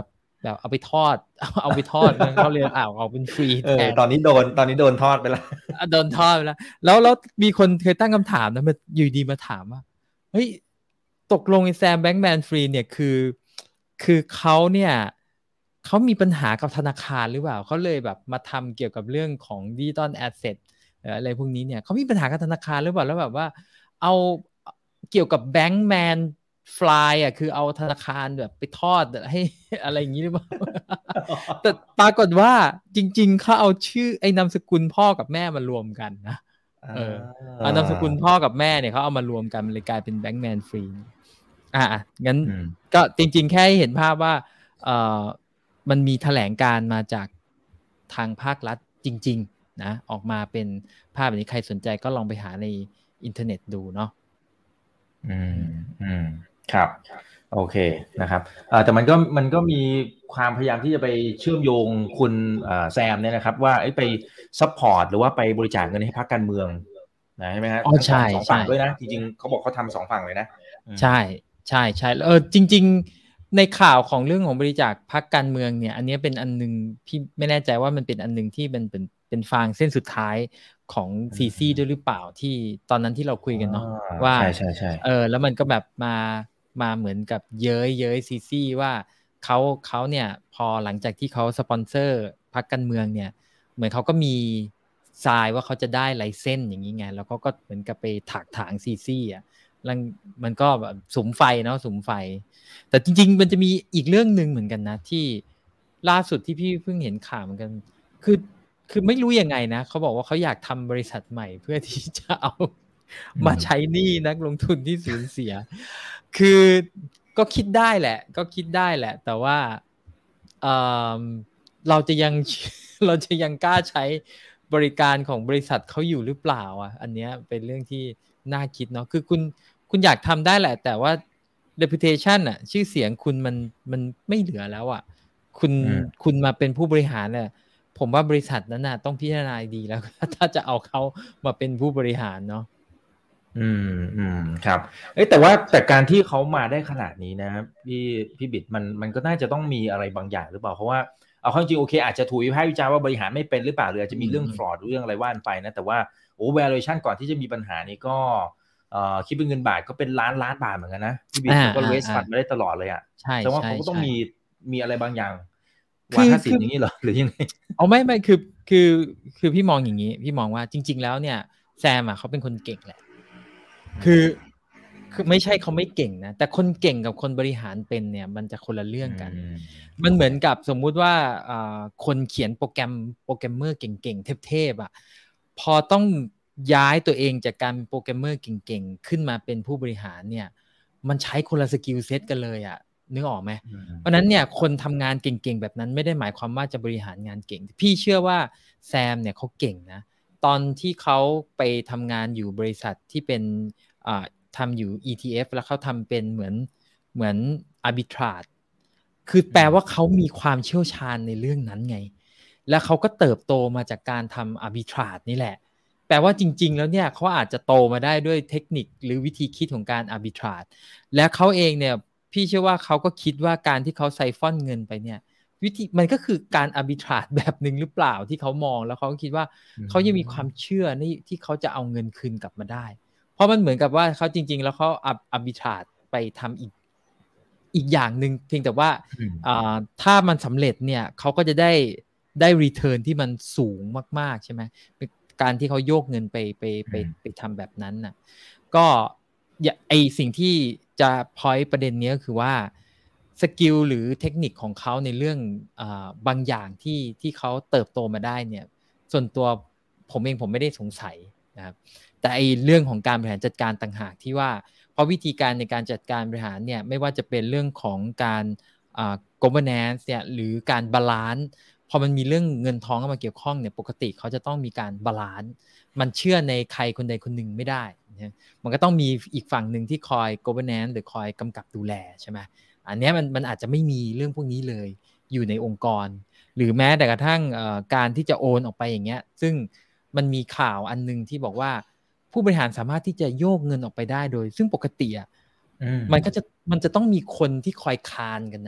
แบบเอาไปทอดเอาไปทอดเขาเรียกอ้าวเอาเป็นฟรีแทนตอนนี้โดนตอนนี้โดนทอดไปแล้วโดนทอดไปแล้วแล้วแล้วมีคนเคยตั้งคำถามนะมันอยู่ดีมาถามว่าเฮ้ยตกลงไอ้แซมแบงก์แมนฟรีเนี่ยคือคือเขาเนี่ยเขามีปัญหากับธนาคารหรือเปล่าเขาเลยแบบมาทำเกี่ยวกับเรื่องของดิจิตอลแอสเซทอะไรพวกนี้เนี่ยเขามีปัญหากับธนาคารหรือเปล่าแล้วแบบว่าเอาเกี่ยวกับแบงก์แมนฟลายอ่ะคือเอาธนาคารแบบไปทอดให้อะไรอย่างนี้หรือเปล่า แต่ปรากฏว่าจริงๆเขาเอาชื่อไอ้นามสกุลพ่อกับแม่มารวมกันนะเออเอานามสกุลพ่อกับแม่เนี่ยเขาเอามารวมกันเลยกลายเป็นแบงก์แมนฟรีอ่ะงั้นก็จริงๆแค่เห็นภาพว่าเออมันมีแถลงการมาจากทางภาครัฐจริงๆนะออกมาเป็นภาพแบบนี้ใครสนใจก็ลองไปหาในอินเทอร์เน็ตดูเนาะอืมอืมครับโอเคนะครับอ่าแต่มันก็มันก็มีความพยายามที่จะไปเชื่อมโยงคุณอ่าแซมเนี่ยนะครับว่าไอ้ไปซัพพอร์ตหรือว่าไปบริจาคเงินให้พรรคการเมืองนะใช่ไหมฮะอ๋อใช่สองฝั่งด้วยนะจริงๆเขาบอกเขาทำสองฝั่งเลยนะใช่ใช่ใช่เออจริงๆในข่าวของเรื่องของบริจาคพรรคการเมืองเนี่ยอันนี้เป็นอันนึงพี่ไม่แน่ใจว่ามันเป็นอันนึงที่เป็นเป็นเป็นฟางเส้นสุดท้ายของซีซีด้วยหรือเปล่าที่ตอนนั้นที่เราคุยกันเนาะว่าใช่ใช่ใช่เออแล้วมันก็แบบมามาเหมือนกับเย้ยเย้ยซีซีว่าเขาเขาเนี่ยพอหลังจากที่เขาสปอนเซอร์พรรคการเมืองเนี่ยเหมือนเขาก็มีทรายว่าเขาจะได้ไลเซนส์อย่างนี้ไงแล้วก็ก็เหมือนกับไปถากถางซีซีอ่ะแล้วมันก็แบบสุมไฟเนาะสุมไฟแต่จริงๆมันจะมีอีกเรื่องนึงเหมือนกันนะที่ล่าสุดที่พี่เพิ่งเห็นข่าวเหมือนกันคือคือไม่รู้ยังไงนะเขาบอกว่าเขาอยากทำบริษัทใหม่เพื่อที่จะเอามาใช้หนี้นักลงทุนที่สูญเสียคือก็คิดได้แหละก็คิดได้แหละแต่ว่าเอ่อเราจะยังเราจะยังกล้าใช้บริการของบริษัทเขาอยู่หรือเปล่าอ่ะอันเนี้ยเป็นเรื่องที่น่าคิดเนาะคือคุณคุณอยากทำได้แหละแต่ว่า reputation อ่ะชื่อเสียงคุณมันมันไม่เหลือแล้วอ่ะคุณคุณมาเป็นผู้บริหารเนี่ยผมว่าบริษัทนั้นน่ะต้องพิจารณาดีแล้วถ้าจะเอาเขามาเป็นผู้บริหารเนาะอืมอืมครับเอ้แต่ว่าแต่การที่เขามาได้ขนาดนี้นะพี่พี่บิดมันมันก็น่าจะต้องมีอะไรบางอย่างหรือเปล่าเพราะว่าเอาเข้าจริงโอเคอาจจะถูกวิพากษ์วิจารณ์ว่าบริหารไม่เป็นหรือเปล่าหรืออาจจะมีเรื่อง fraud เรื่องอะไรว่านไปนะแต่ว่าโอ้ valuation ก่อนที่จะมีปัญหานี้ก็เอ่อคิดเป็นเงินบาทก็เป็นล้านล้านบาทเหมือนกันนะพี่บิดก็ raise fund มาได้ตลอดเลยอ่ะใช่แสดงว่าเขาก็ต้องมีมีอะไรบางอย่างวาทศิลป์อย่างนี้เหรอหรือยังไงเอาไม่ไม่คือคือคือพี่มองอย่างนี้พี่มองว่าจริงๆแล้วเนี่ยแซมอ่ะเขาเป็นคนเก่งแหละคือคือไม่ใช่เขาไม่เก่งนะแต่คนเก่งกับคนบริหารเป็นเนี่ยมันจะคนละเรื่องกันมันเหมือนกับสมมุติว่าคนเขียนโปรแกรมโปรแกรมเมอร์เก่งๆเทพๆอ่ะพอต้องย้ายตัวเองจากการเป็นโปรแกรมเมอร์เก่งๆขึ้นมาเป็นผู้บริหารเนี่ยมันใช้คนละสกิลเซ็ตกันเลยอ่ะนึกออกไหมเพราะนั้นเนี่ยคนทำงานเก่งๆแบบนั้นไม่ได้หมายความว่าจะบริหารงานเก่งพี่เชื่อว่าแซมเนี่ยเขาเก่งนะตอนที่เขาไปทำงานอยู่บริษัทที่เป็นทำอยู่ อี ที เอฟ แล้วเขาทำเป็นเหมือนเหมือน arbitrage คือแปลว่าเขามีความเชี่ยวชาญในเรื่องนั้นไงแล้วเขาก็เติบโตมาจากการทำ arbitrage นี่แหละแปลว่าจริงๆแล้วเนี่ยเขาอาจจะโตมาได้ด้วยเทคนิคหรือวิธีคิดของการ arbitrage และเขาเองเนี่ยพี่เชื่อว่าเขาก็คิดว่าการที่เขาไซฟอนเงินไปเนี่ยวิธีมันก็คือการ arbitrage แบบหนึ่งหรือเปล่าที่เขามองแล้วเขาคิดว่าเขายังมีความเชื่อในที่เขาจะเอาเงินคืนกลับมาได้เพราะมันเหมือนกับว่าเขาจริงๆแล้วเขาอับบิทราดไปทำอีกอีกอย่างหนึ่งเพียงแต่ว่าถ้ามันสำเร็จเนี่ยเขาก็จะได้ได้รีเทิร์นที่มันสูงมากๆใช่ไหมการที่เขาโยกเงินไปไปไปไปทำแบบนั้นน่ะก็ไอสิ่งที่จะพอยต์ประเด็นนี้ก็คือว่าสกิลหรือเทคนิคของเขาในเรื่องอ่าบางอย่างที่ที่เขาเติบโตมาได้เนี่ยส่วนตัวผมเองผมไม่ได้สงสัยนะครับแต่ไอเรื่องของการบริหารจัดการต่างหากที่ว่าเพราะวิธีการในการจัดการบริหารเนี่ยไม่ว่าจะเป็นเรื่องของการอ่า governance เนี่ยหรือการบาลานซ์พอมันมีเรื่องเงินทองเข้ามาเกี่ยวข้องเนี่ยปกติเขาจะต้องมีการบาลานซ์มันเชื่อในใครคนใดคนหนึ่งไม่ได้นะมันก็ต้องมีอีกฝั่งหนึ่งที่คอย governance หรือคอยกำกับดูแลใช่ไหมอันนี้มันมันอาจจะไม่มีเรื่องพวกนี้เลยอยู่ในองค์กรหรือแม้แต่กระทั่งการที่จะโอนออกไปอย่างเงี้ยซึ่งมันมีข่าวอันนึงที่บอกว่าผู้บริหารสามารถที่จะโยกเงินออกไปได้โดยซึ่งปกติอ่ะมันก็จะมันจะต้องมีคนที่คอยคานกันน่ะ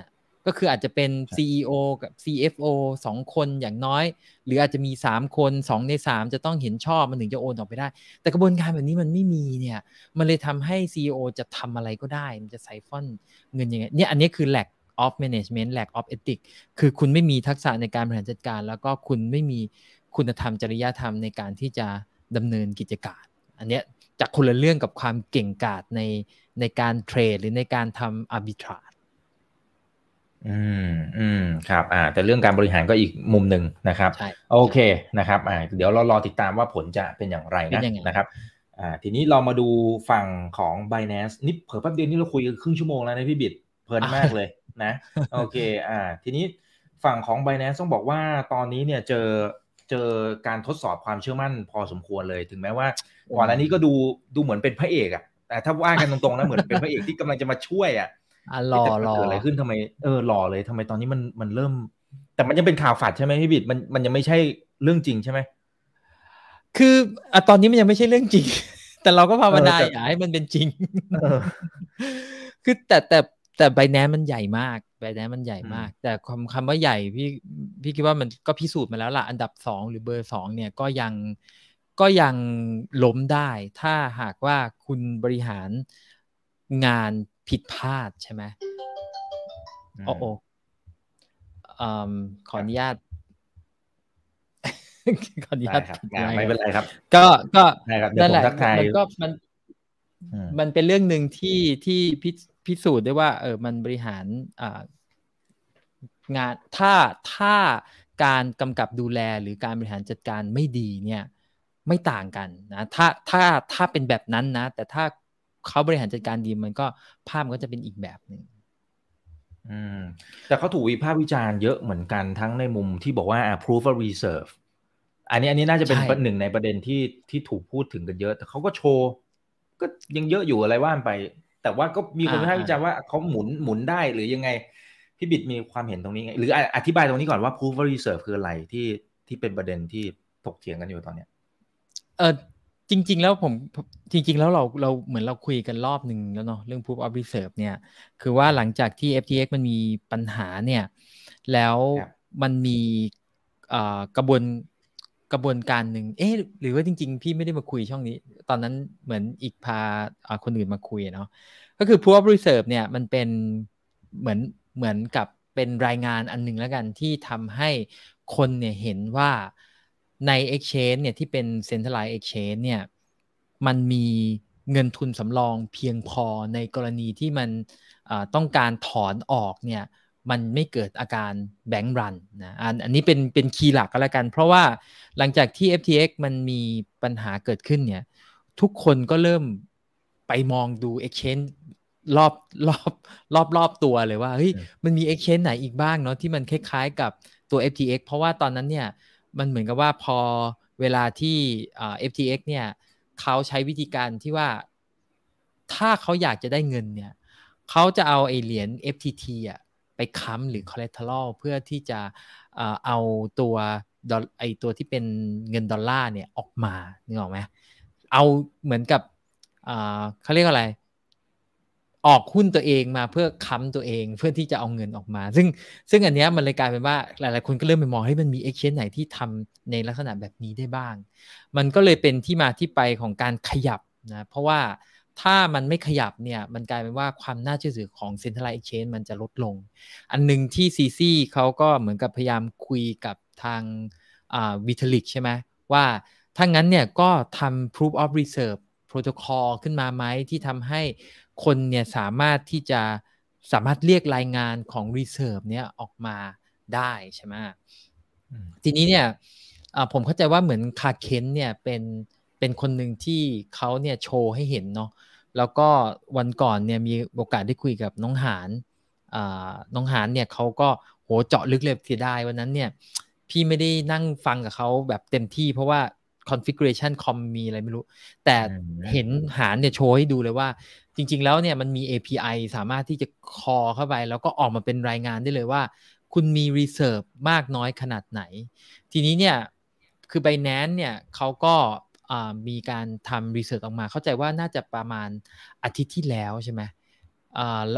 ก็คืออาจจะเป็น ซี อี โอ กับ ซี เอฟ โอ สองคนอย่างน้อยหรืออาจจะมีสามคนสองในสามจะต้องเห็นชอบมันถึงจะโอนออกไปได้แต่กระบวนการแบบนี้มันไม่มีเนี่ยมันเลยทำให้ ซี อี โอ จะทำอะไรก็ได้มันจะไซฟอนเงินยังไงเนี่ยอันนี้คือ lack of management lack of ethics คือคุณไม่มีทักษะในการบริหารจัดการแล้วก็คุณไม่มีคุณธรรมจริยธรรมในการที่จะดำเนินกิจการอันเนี้ยจากคนละเรื่องกับความเก่งกาจในในการเทรดหรือในการทำ arbitrage อืมอืมครับอ่าแต่เรื่องการบริหารก็อีกมุมหนึ่งนะครับโอเคนะครับอ่าเดี๋ยวเรารอติดตามว่าผลจะเป็นอย่างไรนะนะครับอ่าทีนี้เรามาดูฝั่งของ Binance นี่เผลอแป๊บเดียวนี่เราคุยกันครึ่งชั่วโมงแล้วนะพี่บิดเพลินมากเลยนะโอเคอ่าทีนี้ฝั่งของ Binance ต้องบอกว่าตอนนี้เนี่ยเจอเจอการทดสอบความเชื่อมั่นพอสมควรเลยถึงแม้ว่าก่อนหน้านี้ก็ดูดูเหมือนเป็นพระเอกอะแต่ถ้าว่ากันตรงๆนะเหมือนเป็นพระเอกที่กำลังจะมาช่วยอะอ่ะหล่อหล่อเกิดอะไรขึ้นทำไมเออหล่อเลยทำไมตอนนี้มันมันเริ่มแต่มันยังเป็นข่าวฝันใช่ไหมพี่บิดมันมันยังไม่ใช่เรื่องจริงใช่ไหมคืออ่ะตอนนี้มันยังไม่ใช่เรื่องจริงแต่เราก็ภาวนาอยากให้มันเป็นจริงคือแต่แต่แต่ไบแนนซ์มันใหญ่มากไบแนนซ์มันใหญ่มากแต่คำคำว่าใหญ่พี่พี่คิดว่ามันก็พิสูจน์มาแล้วล่ะอันดับสองหรือเบอร์สองเนี่ยก็ยังก็ยังล้มได้ถ้าหากว่าคุณบริหารงานผิดพลาดใช่ไหมโอ้โหขออนุญาตขออนุญาตไม่เป็นไรครับก็ก็นั่นแหละมันก็มันมันเป็นเรื่องหนึ่งที่ที่พิสูจน์ได้ว่าเออมันบริหารอ่างานถ้าถ้าการกำกับดูแลหรือการบริหารจัดการไม่ดีเนี่ยไม่ต่างกันนะถ้าถ้าถ้าเป็นแบบนั้นนะแต่ถ้าเขาบริหารจัดการดีมันก็ภาพมันก็จะเป็นอีกแบบหนึ่งอืมแต่เขาถูกวิพากษ์วิจารณ์เยอะเหมือนกันทั้งในมุมที่บอกว่า proof of reserve อันนี้อันนี้น่าจะเป็นหนึ่งในประเด็นที่ที่ถูกพูดถึงกันเยอะแต่เขาก็โชว์ก็ยังเยอะอยู่อะไรว่านไปแต่ว่าก็มีคนวิพากษ์วิจารณ์ว่าเขาหมุนหมุนได้หรือยังไงพี่บิดมีความเห็นตรงนี้ไงหรืออธิบายตรงนี้ก่อนว่า proof of reserve คืออะไรที่ที่เป็นประเด็นที่ถกเถียงกันอยู่ตอนเนี้ยเออจริงๆแล้วผมจริงๆแล้วเราเราเหมือนเราคุยกันรอบหนึ่งแล้วเนาะเรื่อง proof of reserve เนี่ยคือว่าหลังจากที่ เอฟ ที เอ็กซ์ มันมีปัญหาเนี่ยแล้วมันมีกระบวนกระบวนการหนึ่งเอ๊ะหรือว่าจริงๆพี่ไม่ได้มาคุยช่องนี้ตอนนั้นเหมือนอีกพาคนอื่นมาคุยเนาะก็คือ proof of reserve เนี่ยมันเป็นเหมือนเหมือนกับเป็นรายงานอันหนึ่งแล้วกันที่ทำให้คนเนี่ยเห็นว่าใน exchange เนี่ยที่เป็น centralized exchange เนี่ยมันมีเงินทุนสำรองเพียงพอในกรณีที่มันต้องการถอนออกเนี่ยมันไม่เกิดอาการแบงก์รันนะอันอันนี้เป็นเป็นคีย์หลักก็แล้วกันเพราะว่าหลังจากที่ เอฟ ที เอ็กซ์ มันมีปัญหาเกิดขึ้นเนี่ยทุกคนก็เริ่มไปมองดู exchange รอบรอบรอบรอบตัวเลยว่าเฮ้ยมันมี exchange ไหนอีกบ้างเนาะที่มันคล้ายๆกับตัว เอฟ ที เอ็กซ์ เพราะว่าตอนนั้นเนี่ยมันเหมือนกับว่าพอเวลาที่อ่า เอฟ ที เอ็กซ์ เนี่ยเขาใช้วิธีการที่ว่าถ้าเขาอยากจะได้เงินเนี่ยเขาจะเอาไอเหรียญ เอฟ ที ที อ่ะไปค้ำหรือ collateral เพื่อที่จะเอ่อเอาตัวไอตัวที่เป็นเงินดอลลาร์เนี่ยออกมานึกออกไหมเอาเหมือนกับอ่าเขาเรียกอะไรออกหุ้นตัวเองมาเพื่อค้ำตัวเองเพื่อที่จะเอาเงินออกมาซึ่งซึ่งอันนี้มันเลยกลายเป็นว่าหลายๆคนก็เริ่มไปมองให้มันมี exchange ไหนที่ทำในลักษณะแบบนี้ได้บ้างมันก็เลยเป็นที่มาที่ไปของการขยับนะเพราะว่าถ้ามันไม่ขยับเนี่ยมันกลายเป็นว่าความน่าเชื่อถือของ Centralized Exchange มันจะลดลงอันนึงที่ซีซีเขาก็เหมือนกับพยายามคุยกับทางอ่า Vitalik ใช่ไหมว่าถ้างั้นเนี่ยก็ทำ Proof of Reserve Protocol ขึ้นมาไหมที่ทำให้คนเนี่ยสามารถที่จะสามารถเรียกรายงานของ Reserve เนี่ยออกมาได้ใช่ไหมทีนี้เนี่ยผมเข้าใจว่าเหมือนคาเคนเนี่ยเป็นเป็นคนหนึ่งที่เขาเนี่ยโชว์ให้เห็นเนาะแล้วก็วันก่อนเนี่ยมีโอกาสได้คุยกับน้องหานน้องหานเนี่ยเขาก็โหเจาะลึกเลยเสียดายวันนั้นเนี่ยพี่ไม่ได้นั่งฟังกับเขาแบบเต็มที่เพราะว่าconfiguration คอมมีอะไรไม่รู้แต่เห็นหารเนี่ยโชว์ให้ดูเลยว่าจริงๆแล้วเนี่ยมันมี เอ พี ไอ สามารถที่จะคอเข้าไปแล้วก็ออกมาเป็นรายงานได้เลยว่าคุณมี reserve มากน้อยขนาดไหนทีนี้เนี่ยคือ Binance เนี่ยเขาก็มีการทำ research ออกมาเข้าใจว่าน่าจะประมาณอาทิตย์ที่แล้วใช่ไหม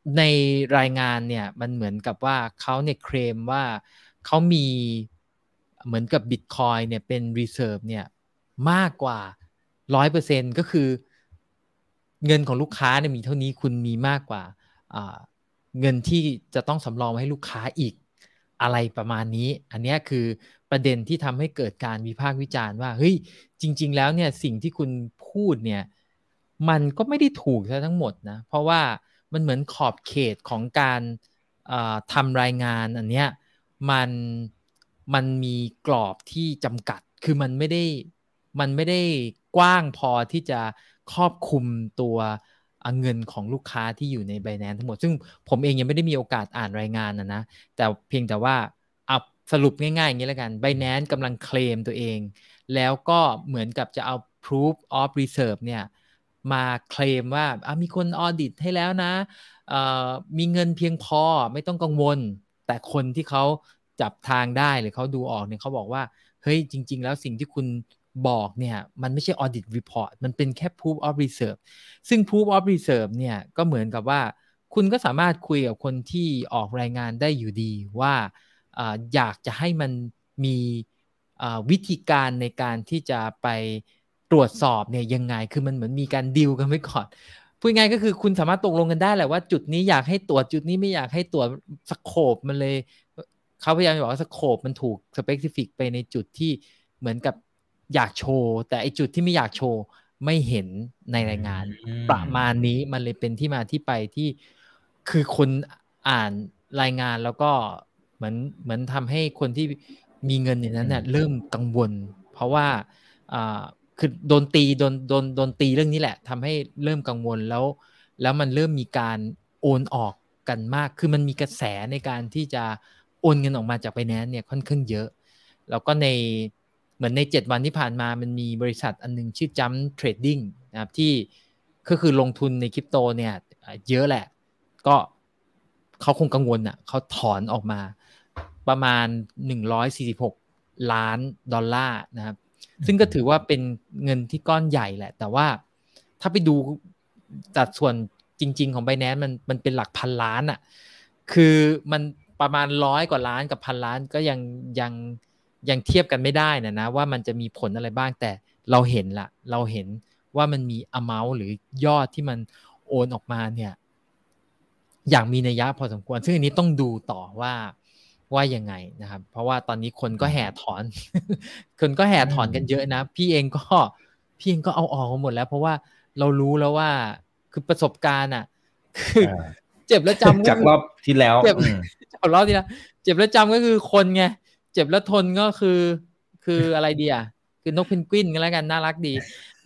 ในรายงานเนี่ยมันเหมือนกับว่าเขาเนี่ยเคลมว่าเขามีเหมือนกับ Bitcoin เนี่ยเป็น Reserve เนี่ยมากกว่า หนึ่งร้อยเปอร์เซ็นต์ ก็คือเงินของลูกค้าเนี่ยมีเท่านี้คุณมีมากกว่าเงินที่จะต้องสำรองไว้ให้ลูกค้าอีกอะไรประมาณนี้อันนี้คือประเด็นที่ทำให้เกิดการวิพากษ์วิจารณ์ว่าเฮ้ยจริงๆแล้วเนี่ยสิ่งที่คุณพูดเนี่ยมันก็ไม่ได้ถูกซะทั้งหมดนะเพราะว่ามันเหมือนขอบเขตของการทำรายงานอันเนี้ยมันมันมีกรอบที่จำกัดคือมันไม่ได้มันไม่ได้กว้างพอที่จะครอบคลุมตัวเงินของลูกค้าที่อยู่ใน Binance ทั้งหมดซึ่งผมเองยังไม่ได้มีโอกาสอ่านรายงานนะนะแต่เพียงแต่ว่าเอาสรุปง่ายๆอย่างนี้แล้วกัน Binance กำลังเคลมตัวเองแล้วก็เหมือนกับจะเอา proof of reserve เนี่ยมาเคลมว่ามีคนออดิตให้แล้วนะมีเงินเพียงพอไม่ต้องกังวลแต่คนที่เขาจับทางได้หรือเขาดูออกเนี่ยเขาบอกว่าเฮ้ยจริงๆแล้วสิ่งที่คุณบอกเนี่ยมันไม่ใช่ audit report มันเป็นแค่ proof of reserve ซึ่ง proof of reserve เนี่ยก็เหมือนกับว่าคุณก็สามารถคุยกับคนที่ออกรายงานได้อยู่ดีว่าอ่าอยากจะให้มันมีอ่าวิธีการในการที่จะไปตรวจสอบเนี่ยยังไงคือมันเหมือนมีการดีลกันไว้ก่อนพูดง่ายก็คือคุณสามารถตกลงกันได้แหละว่าจุดนี้อยากให้ตรวจจุดนี้ไม่อยากให้ตรวจสโคปมันเลยเขาพยายามจะบอกว่าสโคปมันถูกสเปซิฟิกไปในจุดที่เหมือนกับอยากโชว์แต่ไอจุดที่ไม่อยากโชว์ไม่เห็นในรายงานประมาณนี้มันเลยเป็นที่มาที่ไปที่คือคนอ่านรายงานแล้วก็เหมือนเหมือนทำให้คนที่มีเงินอย่างนั้นเนี่ยเริ่มกังวลเพราะว่าอ่าคือโดนตีโดนโดนโดนตีเรื่องนี้แหละทำให้เริ่มกังวลแล้วแล้วมันเริ่มมีการโอนออกกันมากคือมันมีกระแสในการที่จะโอนเงินออกมาจาก Binance เนี่ยค่อนข้างเยอะแล้วก็ในเหมือนในเจ็ดวันที่ผ่านมามันมีบริษัทอันนึงชื่อ Jump Trading นะครับที่ก็คือลงทุนในคริปโตเนี่ยเยอะแหละก็เขาคงกังวลอ่ะเขาถอนออกมาประมาณหนึ่งร้อยสี่สิบหกล้านดอลลาร์นะครับซึ่งก็ถือว่าเป็นเงินที่ก้อนใหญ่แหละแต่ว่าถ้าไปดูสัดส่วนจริงๆของ Binance มันมันเป็นหลักพันล้านอ่ะคือมันประมาณร้อยกว่าล้านกับพันล้านก็ยังยังยังเทียบกันไม่ได้นะนะว่ามันจะมีผลอะไรบ้างแต่เราเห็นละเราเห็นว่ามันมี amount หรือยอดที่มันโอนออกมาเนี่ยอย่างมีนัยยะพอสมควรซึ่งอันนี้ต้องดูต่อว่าว่ายังไงนะครับเพราะว่าตอนนี้คนก็แห่ถอน คนก็แห่ถอนกันเยอะนะพี่เองก็พี่เองก็เอาออกมาหมดแล้วเพราะว่าเรารู้แล้วว่าคือประสบการณ์อ่ะคือเจ็บแล้วจำจากรอบที่แล้วเจ็บจากรอบที่แล้วเจ็บแล้วจำก็คือคนไงเจ็บแล้วทนก็คือคืออะไรดีอ่ะคือนกเพนกวินกันแล้วกันน่ารักดี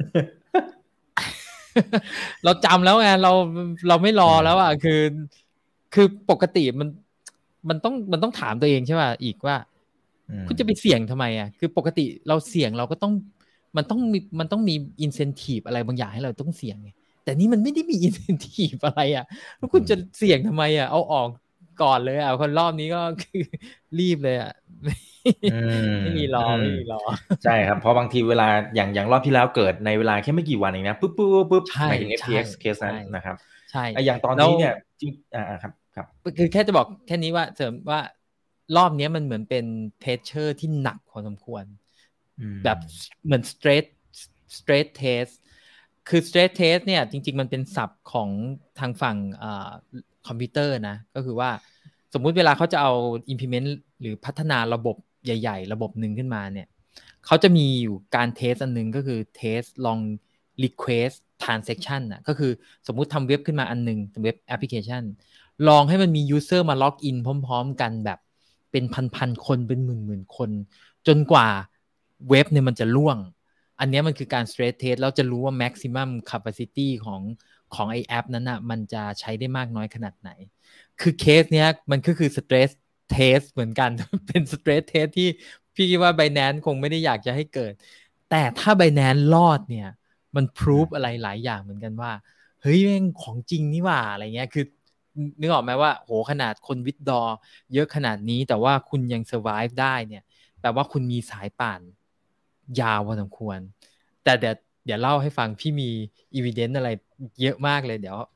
เราจำแล้วไงเราเราไม่รอแล้วอ่ะคือคือปกติมันมันต้องมันต้องถามตัวเองใช่ป่ะอีกว่าคุณจะไปเสี่ยงทำไมอ่ะคือปกติเราเสี่ยงเราก็ต้องมันต้องมีมันต้องมีอินเซนทีฟอะไรบางอย่างให้เราต้องเสี่ยงไงแต่นี่มันไม่ได้มีอินเซนทีฟอะไรอ่ะแล้วคุณจะเสี่ยงทำไมอ่ะเอาออกก่อนเลยอ่ะคนรอบนี้ก็คือรีบเลยอ่ะไม่มีรอไม่มีรอใช่ครับเพราะบางทีเวลาอย่างอย่างรอบที่แล้วเกิดในเวลาแค่ไม่กี่วันเองนะปุ๊บปุ๊บปุ๊บหมายถึง เอฟ ที เอ็กซ์ เคสนั้นนะครับใช่อย่างตอนนี้เนี่ยจริงอ่าครับครับคือแค่จะบอกแค่นี้ว่าเสริมว่ารอบนี้มันเหมือนเป็นเพชเชอร์ที่หนักพอสมควรแบบเหมือน straight straight test คือ straight test เนี่ยจริงๆมันเป็นศัพท์ของทางฝั่งอ่าคอมพิวเตอร์นะก็คือว่าสมมุติเวลาเขาจะเอา implement หรือพัฒนาระบบใหญ่ๆระบบหนึ่งขึ้นมาเนี่ยเขาจะมีอยู่การเทสอันนึงก็คือเทสลอง request transaction น่ะก็คือสมมุติทำเว็บขึ้นมาอันนึงเว็บแอปพลิเคชันลองให้มันมี user มาล็อกอินพร้อมๆกันแบบเป็นพันๆคนเป็นหมื่นๆคนจนกว่าเว็บเนี่ยมันจะล่วงอันนี้มันคือการ stress test แล้วจะรู้ว่า maximum capacity ของของไอแอปนั้นน่ะมันจะใช้ได้มากน้อยขนาดไหนคือเคสเนี้ยมันก็คือ stress test เหมือนกันเป็น stress test ที่พี่คิดว่า Binance คงไม่ได้อยากจะให้เกิดแต่ถ้า Binance รอดเนี่ยมันพรูฟอะไรหลายอย่างเหมือนกันว่าเฮ้ยแม่งของจริงนี่หว่าอะไรเงี้ยคือนึกออกไหมว่าโหขนาดคนวิดดอเยอะขนาดนี้แต่ว่าคุณยัง survive ได้เนี่ยแปลว่าคุณมีสายป่านยาวพอสมควรแต่เดี๋ยวเดี๋ยวเล่าให้ฟังพี่มี evidence อะไรเยอะมากเลยเดี๋ยว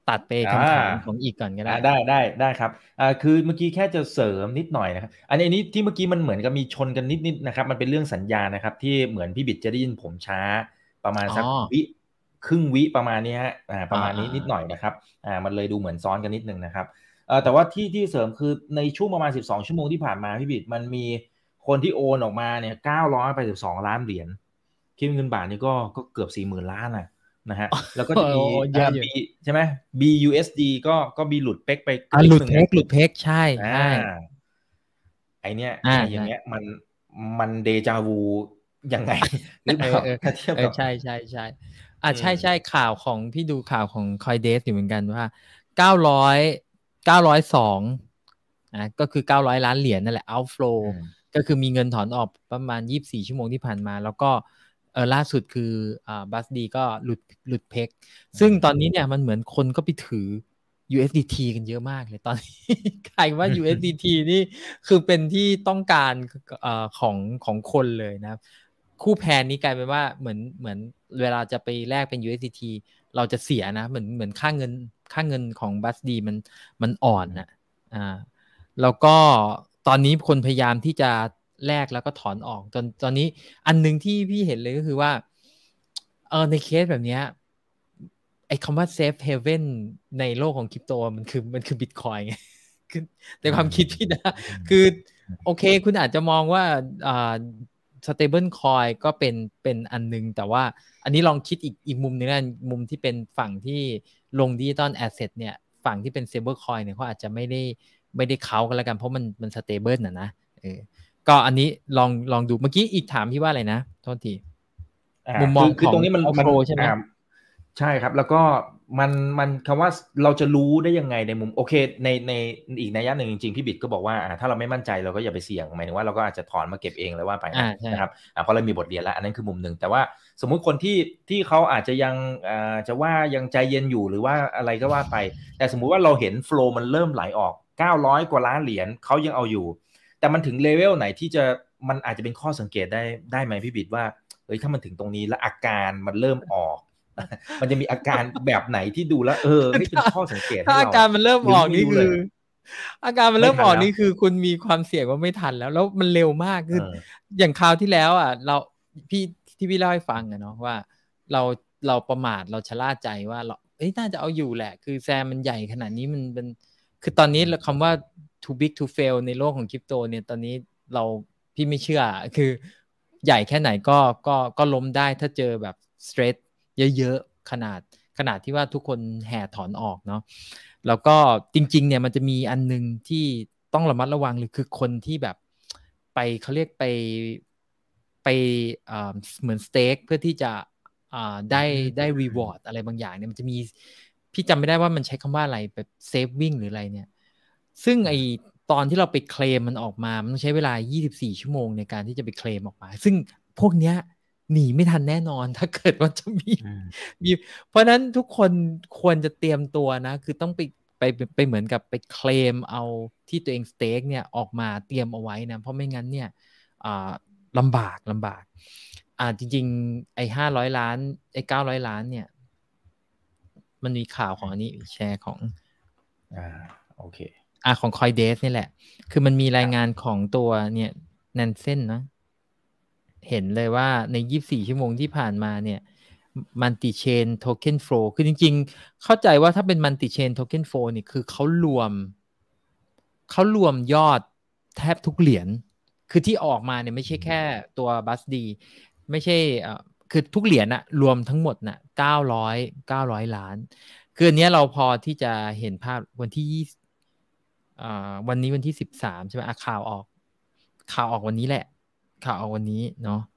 ตัดไปคำถามของอีกก่อนก็ได้ได้ได้ได้ครับอ่าคือเมื่อกี้แค่จะเสริมนิดหน่อยนะครับอันนี้อันนี้ที่เมื่อกี้มันเหมือนกับมีชนกันนิดๆนะครับมันเป็นเรื่องสัญญาณนะครับที่เหมือนพี่บิดจะได้ยินผมช้าประมาณสักวิครึ่งวิประมาณนี้ฮะอ่าประมาณนี้นิดหน่อยนะครับอ่ามันเลยดูเหมือนซ้อนกันนิดนึงนะครับเอ่อแต่ว่าที่ที่เสริมคือในช่วงประมาณสิบสองชั่วโมงที่ผ่านมาพี่บิดมันมีคนที่โอนออกมาเนี่ยเก้าร้อยแปดสิบสองล้านเหรียญคิดเป็นเงินบาทนี่ก็ก็เกือบสี่หมื่นล้านอ่ะนะฮะแล้วก็จะมี B ใช่ไหม บี ยู เอส ดี ก็ก็มีหลุดเป๊กไปอ่ะหลุดเป๊กหลุดเป๊กใช่ใช่ไอเนี้ยไออย่างเงี้ยมันมันเดจาวูยังไงหรือเปล่าถ้าเทียบกับใช่ใช่ใช่อ่ะใช่ใช่ข่าวของพี่ดูข่าวของ Coindesk อยู่เหมือนกันว่าเก้าร้อยเก้าร้อยสองอ่ะก็คือเก้าร้อยล้านเหรียญนั่นแหละ outflow ก็คือมีเงินถอนออกประมาณยี่สิบสี่ชั่วโมงที่ผ่านมาแล้วก็เออล่าสุดคืออ่าบัสดีก็หลุดหลุดเพกซึ่งตอนนี้เนี่ยมันเหมือนคนก็ไปถือ ยู เอส ดี ที กันเยอะมากเลยตอนนี้ใครว่า ยู เอส ดี ที นี่คือเป็นที่ต้องการเอ่อของของคนเลยนะครับคู่แพนนี้กลายเป็นว่าเหมือนเหมือนเวลาจะไปแลกเป็น ยู เอส ดี ที เราจะเสียนะเหมือนเหมือนค่าเงินค่าเงินของบัสดีมันมันอ่อนนะอ่าแล้วก็ตอนนี้คนพยายามที่จะแลกแล้วก็ถอนออกจนตอนนี้อันนึงที่พี่เห็นเลยก็คือว่าเออในเคสแบบนี้ไอ้คำว่า safe haven ในโลกของคริปโตมันคือมันคือ Bitcoin ไงคือในความคิดพี่นะคือโอเคคุณอาจจะมองว่าอ่า stable coin ก็เป็นเป็นอันนึงแต่ว่าอันนี้ลองคิดอีกอีกมุมนึงนะมุมที่เป็นฝั่งที่ลง digital asset เนี่ยฝั่งที่เป็น stable coin เนี่ยเขาอาจจะไม่ได้ไม่ได้เค้ากันแล้วกันเพราะมันมัน stable น่ะนะเออก็อันนี้ลองลองดูเมื่อกี้อีกถามพี่ว่าอะไรนะโทษทีมุมมองของ outflow ใช่ไหมใช่ครับแล้วก็มันมันคำว่าเราจะรู้ได้ยังไงในมุมโอเคในในอีกนัยยะหนึ่งจริงๆพี่บิดก็บอกว่าถ้าเราไม่มั่นใจเราก็อย่าไปเสี่ยงหมายถึงว่าเราก็อาจจะถอนมาเก็บเองเลยว่าไปนะครับเพราะเรามีบทเรียนแล้วอันนั้นคือมุมหนึ่งแต่ว่าสมมุติคนที่ที่เขาอาจจะยังจะว่ายังใจเย็นอยู่หรือว่าอะไรก็ว่าไปแต่สมมุติว่าเราเห็นโฟลว์มันเริ่มไหลออกเก้าร้อยกว่าล้านเหรียญเขายังเอาอยู่แต่มันถึงเลเวลไหนที่จะมันอาจจะเป็นข้อสังเกตได้ได้ไหมพี่บิดว่าเฮ้ยถ้ามันถึงตรงนี้แล้วอาการมันเริ่มออกมันจะมีอาการแบบไหนที่ดูแล้วเออให้เป็นข้อสังเกตให้เราถ้าอาการมันเริ่มออกนี่คืออาการมันเริ่มออกนี่คือคุณมีความเสี่ยงว่าไม่ทันแล้วแล้วมันเร็วมากคืออย่างคราวที่แล้วอ่ะเราพี่ที่พี่เล่าให้ฟังอะเนาะว่าเราเราประมาทเราชะล่าใจว่าเราเอ้ยน่าจะเอาอยู่แหละคือแซมมันใหญ่ขนาดนี้มันเป็นคือตอนนี้คำว่า too big to fail ในโลกของคริปโตเนี่ยตอนนี้เราพี่ไม่เชื่อคือใหญ่แค่ไหนก็ก็ก็ล้มได้ถ้าเจอแบบ stressเยอะๆขนาดขนาดที่ว่าทุกคนแห่ถอนออกเนาะแล้วก็จริงๆเนี่ยมันจะมีอันนึงที่ต้องระมัดระวังเลยคือคนที่แบบไปเขาเรียกไปไปเหมือนสเต็กเพื่อที่จะได้ได้รีวอร์ดอะไรบางอย่างเนี่ยมันจะมีพี่จำไม่ได้ว่ามันใช้คำว่าอะไรแบบเซฟวิ่งหรืออะไรเนี่ยซึ่งไอตอนที่เราไปเคลมมันออกมามันต้องใช้เวลายี่สิบสี่ชั่วโมงในการที่จะไปเคลมออกมาซึ่งพวกเนี้ยหนีไม่ทันแน่นอนถ้าเกิดว่าจะมีมีเพราะนั้นทุกคนควรจะเตรียมตัวนะคือต้องไปไปไปเหมือนกับไปเคลมเอาที่ตัวเองสเต็กเนี่ยออกมาเตรียมเอาไว้นะเพราะไม่งั้นเนี่ยลำบากลำบากอ่าจริงๆไอ้ห้าร้อยล้านไอ้เก้าร้อยล้านเนี่ยมันมีข่าวของอันนี้แชร์ของอ่าโอเคอ่าของ Coindesk นี่แหละคือมันมีรายงานของตัวเนี่ยแนนเซ่นนะเห็นเลยว่าในยี่สิบสี่ชั่วโมงที่ผ่านมาเนี่ย multi chain token flow คือจริงๆเข้าใจว่าถ้าเป็น multi chain token flow นี่คือเขารวมเขารวมยอดแทบทุกเหรียญคือที่ออกมาเนี่ยไม่ใช่แค่ตัว บัส ดี ไม่ใช่อ่าคือทุกเหรียญอะรวมทั้งหมดน่ะเก้าร้อย เก้าร้อยล้านคืออันนี้เราพอที่จะเห็นภาพวันที่ยี่สิบอ่าวันนี้วันที่สิบสามใช่ไหมอ่ะข่าวออกข่าวออกวันนี้แหละข่าวออกวันนี้เนาะ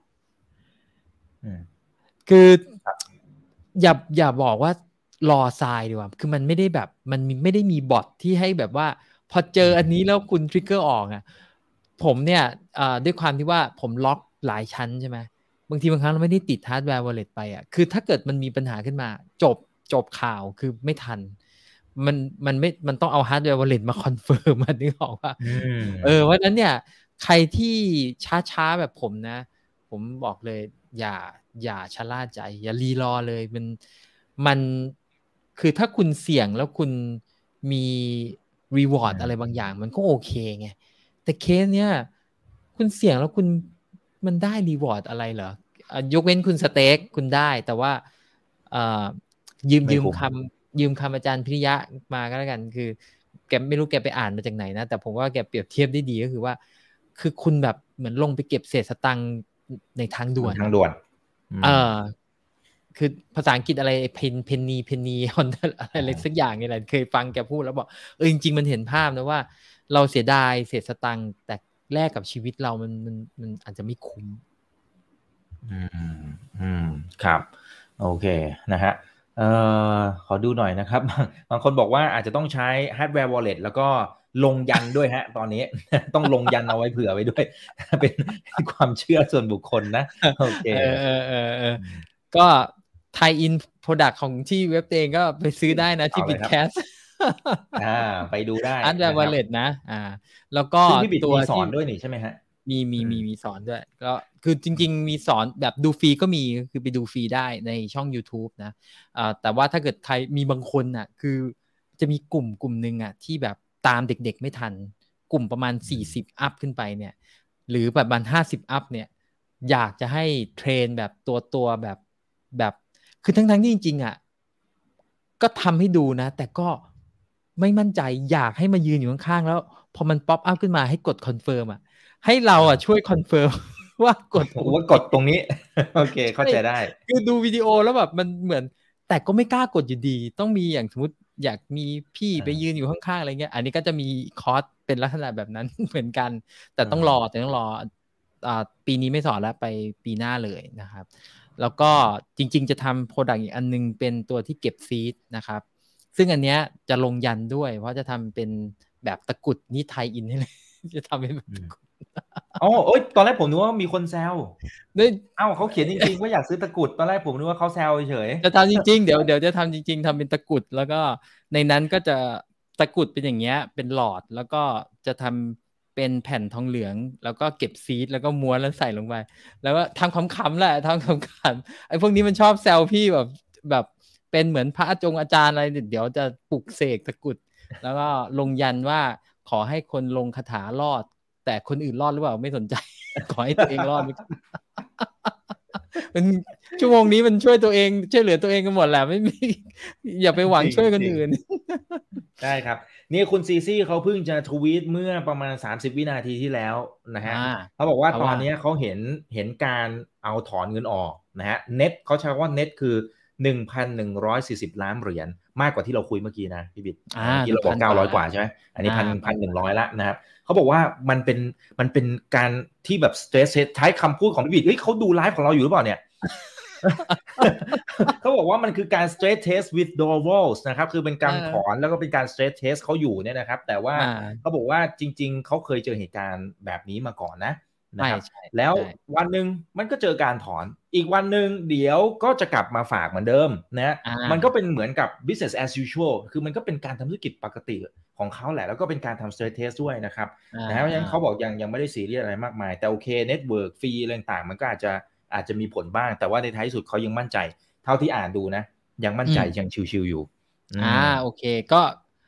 คืออย่าอย่าบอกว่ารอทรายดีกว่าคือมันไม่ได้แบบมันไม่ได้มีบอทที่ให้แบบว่าพอเจออันนี้แล้วคุณทริกเกอร์ออกอ่ะผมเนี่ยด้วยความที่ว่าผมล็อกหลายชั้นใช่ไหมบางทีบางครั้งเราไม่ได้ติดฮาร์ดแวร์วอลเล็ตไปอ่ะคือถ้าเกิดมันมีปัญหาขึ้นมาจบจบข่าวคือไม่ทันมันมันไม่มันต้องเอาฮาร์ดแวร์วอลเล็ตมาคอนเฟิร์มมันนึกออกว่าเออเพราะนั้นเนี่ยใครที่ช้าๆแบบผมนะผมบอกเลยอย่าอย่าชะล่าใจอย่ารีรอเลยมันมันคือถ้าคุณเสี่ยงแล้วคุณมีรีวอร์ดอะไรบางอย่างมันก็โอเคไงแต่เคสเนี้ยคุณเสี่ยงแล้วคุณมันได้รีวอร์ดอะไรเหรอยกเว้นคุณสเต็กคุณได้แต่ว่ายืมยืมคำยืมคำอาจารย์พิริยะมาก็แล้วกันคือแกไม่รู้แกไปอ่านมาจากไหนนะแต่ผมว่าแกเปรียบเทียบได้ดีก็คือว่าคือคุณแบบเหมือนลงไปเก็บเศษสตังค์ในทางด่วนทางด่วนเออคือภาษาอังกฤษอะไรเพนเพนนีเพนนีฮอนอะไรสักอย่างนี่แหละเคยฟังแกพูดแล้วบอกเออจริงๆมันเห็นภาพนะว่าเราเสียดายเศษสตังค์แต่แลกกับชีวิตเรามันมันมันอาจจะไม่คุ้มอืมอืมครับโอเคนะฮะเอ่อขอดูหน่อยนะครับบางคนบอกว่าอาจจะต้องใช้ฮาร์ดแวร์วอลเล็ตแล้วก็ลงยันด้วยฮะตอนนี้ต้องลงยันเอาไว้เผื่อไว้ด้วยเป็นความเชื่อส่วนบุคคลนะโอเคเออเออเออเออก็ไทยอินโปรดักต์ของที่เว็บเองก็ไปซื้อได้นะที่ Bitcast อ่าไปดูได้ฮาร์ดแวร์วอลเล็ตนะอ่าแล้วก็ตัวสอนด้วยนี่ใช่ไหมฮะมีมีมีมีสอนด้วยก็คือจริงๆมีสอนแบบดูฟรีก็มีคือไปดูฟรีได้ในช่อง YouTube นะอ่าแต่ว่าถ้าเกิดใครมีบางคนน่ะคือจะมีกลุ่มกลุ่มนึงอ่ะที่แบบตามเด็กๆไม่ทันกลุ่มประมาณสี่สิบอัพขึ้นไปเนี่ยหรือประมาณห้าสิบอัพเนี่ยอยากจะให้เทรนแบบตัวตัวแบบแบบคือทั้งๆที่จริงๆอ่ะก็ทำให้ดูนะแต่ก็ไม่มั่นใจอยากให้มายืนอยู่ข้างๆแล้วพอมันป๊อปอัพขึ้นมาให้กดคอนเฟิร์มอ่ะให้เราอ่ะช่วยคอนเฟิร์มว่ากดว่ากดตรงนี้โอเคเข้าใจได้คือดูวิดีโอแล้วแบบมันเหมือนแต่ก็ไม่กล้ากดอยู่ดีต้องมีอย่างสมมติอยากมีพี่ไปยืนอยู่ข้างๆอะไรเงี้ยอันนี้ก็จะมีคอร์สเป็นลักษณะแบบนั้นเหมือนกันแต่ต้องรอแต่ต้องรออ่าปีนี้ไม่สอนแล้วไปปีหน้าเลยนะครับแล้วก็จริงๆจะทำโปรดักต์อีกอันนึงเป็นตัวที่เก็บซีดนะครับซึ่งอันเนี้ยจะลงยันด้วยเพราะจะทำเป็นแบบตะกุดนี่ไทยอินให้เลยจะทำเป็นแบบตะกุดอ๋อโอ๊ยตอนแรกผมนึกว่ามีคนแซวเอ้าเขาเขียนจริงๆว่าอยากซื้อตะกุดตอนแรกผมนึกว่าเขาแซวเฉยจะทำจริงๆเดี๋ยวเดี๋ยวจะทำจริงๆทำเป็นตะกุดแล้วก็ในนั้นก็จะตะกุดเป็นอย่างเงี้ยเป็นหลอดแล้วก็จะทำเป็นแผ่นทองเหลืองแล้วก็เก็บซีดแล้วก็ม้วนแล้วใส่ลงไปแล้วก็ทำขำๆแหละทำขำๆไอ้พวกนี้มันชอบแซวพี่แบบแบบเป็นเหมือนพระอาจงอาจารย์อะไรเดี๋ยวจะปลุกเสกตะกุดแล้วก็ลงยันว่าขอให้คนลงคาถารอดแต่คนอื่นรอดหรือเปล่าไม่สนใจขอให้ตัวเองรอดเป็นชั่วโมงนี้มันช่วยตัวเองช่วยเหลือตัวเองกันหมดแหละไม่มีอย่าไปหวังช่วยคนอื่นได้ครับนี่คุณซีซี่เขาเพิ่งจะทวีตเมื่อประมาณสามสิบวินาทีที่แล้วนะฮะเขาบอกว่าตอนนี้เขาเห็นเห็นการเอาถอนเงินออกนะฮะเน็ตเขาใช้ว่าเน็ตคือ หนึ่งพันหนึ่งร้อยสี่สิบ ล้านเหรียญมากกว่าที่เราคุยเมื่อกี้นะพี่บิ๊กเมื่อกี้เราบอกเก้าร้อยกว่าใช่ไหมอันนี้พันพันหนึ่งร้อยละนะครับเขาบอกว่ามันเป็นมันเป็นการที่แบบสเตรสใช้คำพูดของพี่บิ๊กเฮ้ยเขาดูไลฟ์ของเราอยู่หรือเปล่าเนี่ยเขาบอกว่ามันคือการ stress test withdrawals นะครับคือเป็นการถอนแล้วก็เป็นการ stress test เขาอยู่เนี่ยนะครับแต่ว่าเขาบอกว่าจริงๆเขาเคยเจอเหตุการณ์แบบนี้มาก่อนนะนะครับแล้ววันหนึ่งมันก็เจอการถอนอีกวันหนึ่งเดี๋ยวก็จะกลับมาฝากเหมือนเดิมนะมันก็เป็นเหมือนกับ business as usual คือมันก็เป็นการทำธุรกิจปกติของเขาแหละแล้วก็เป็นการทำ stress test ด้วยนะครับนะเพราะฉะนั้นเขาบอกยังยังไม่ได้ซีเรียสอะไรมากมายแต่โอเค network ฟรีอะไรต่างๆมันก็อาจจะอาจจะมีผลบ้างแต่ว่าในท้ายสุดเขายังมั่นใจเท่าที่อ่านดูนะยังมั่นใจยังชิวๆอยู่อ่าโอเคก็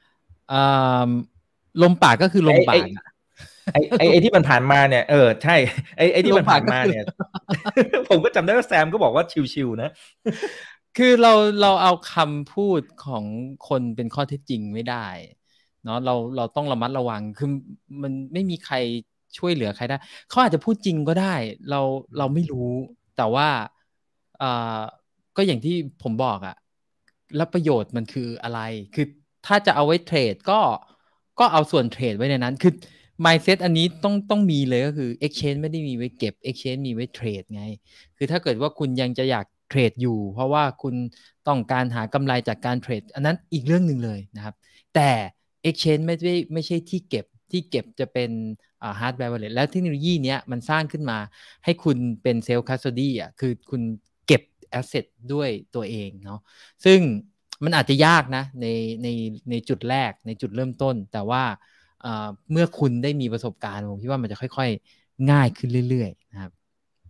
ลมปากก็คือลมปากไอ้ไอ้ไอ้ที่มันผ่านมาเนี่ยเออใช่ไอ้ไอ้ที่มันผ่านมาเนี่ยผมก็จำได้ว่าแซมก็บอกว่าชิวๆนะคือเราเราเอาคำพูดของคนเป็นข้อเท็จจริงไม่ได้เนาะเราเราต้องระมัดระวังคือมันไม่มีใครช่วยเหลือใครได้เขาอาจจะพูดจริงก็ได้เราเราไม่รู้แต่ว่าอ่าก็อย่างที่ผมบอกอะแล้วประโยชน์มันคืออะไรคือถ้าจะเอาไว้เทรดก็ก็เอาส่วนเทรดไว้ในนั้นคือ mindset อันนี้ต้องต้องมีเลยก็คือ exchange ไม่ได้มีไว้เก็บ exchange มีไว้เทรดไงคือถ้าเกิดว่าคุณยังจะอยากเทรดอยู่เพราะว่าคุณต้องการหากำไรจากการเทรดอันนั้นอีกเรื่องหนึ่งเลยนะครับแต่ exchange ไม่ได้ไม่ใช่ที่เก็บที่เก็บจะเป็นอ่า hardware wallet แล้วเทคโนโลยีเนี้ยมันสร้างขึ้นมาให้คุณเป็น self custody อ่ะคือคุณเก็บ asset ด้วยตัวเองเนาะซึ่งมันอาจจะยากนะในในในจุดแรกในจุดเริ่มต้นแต่ว่าเมื่อคุณได้มีประสบการณ์ผมคิดว่ามันจะค่อยๆง่ายขึ้นเรื่อยๆนะครับ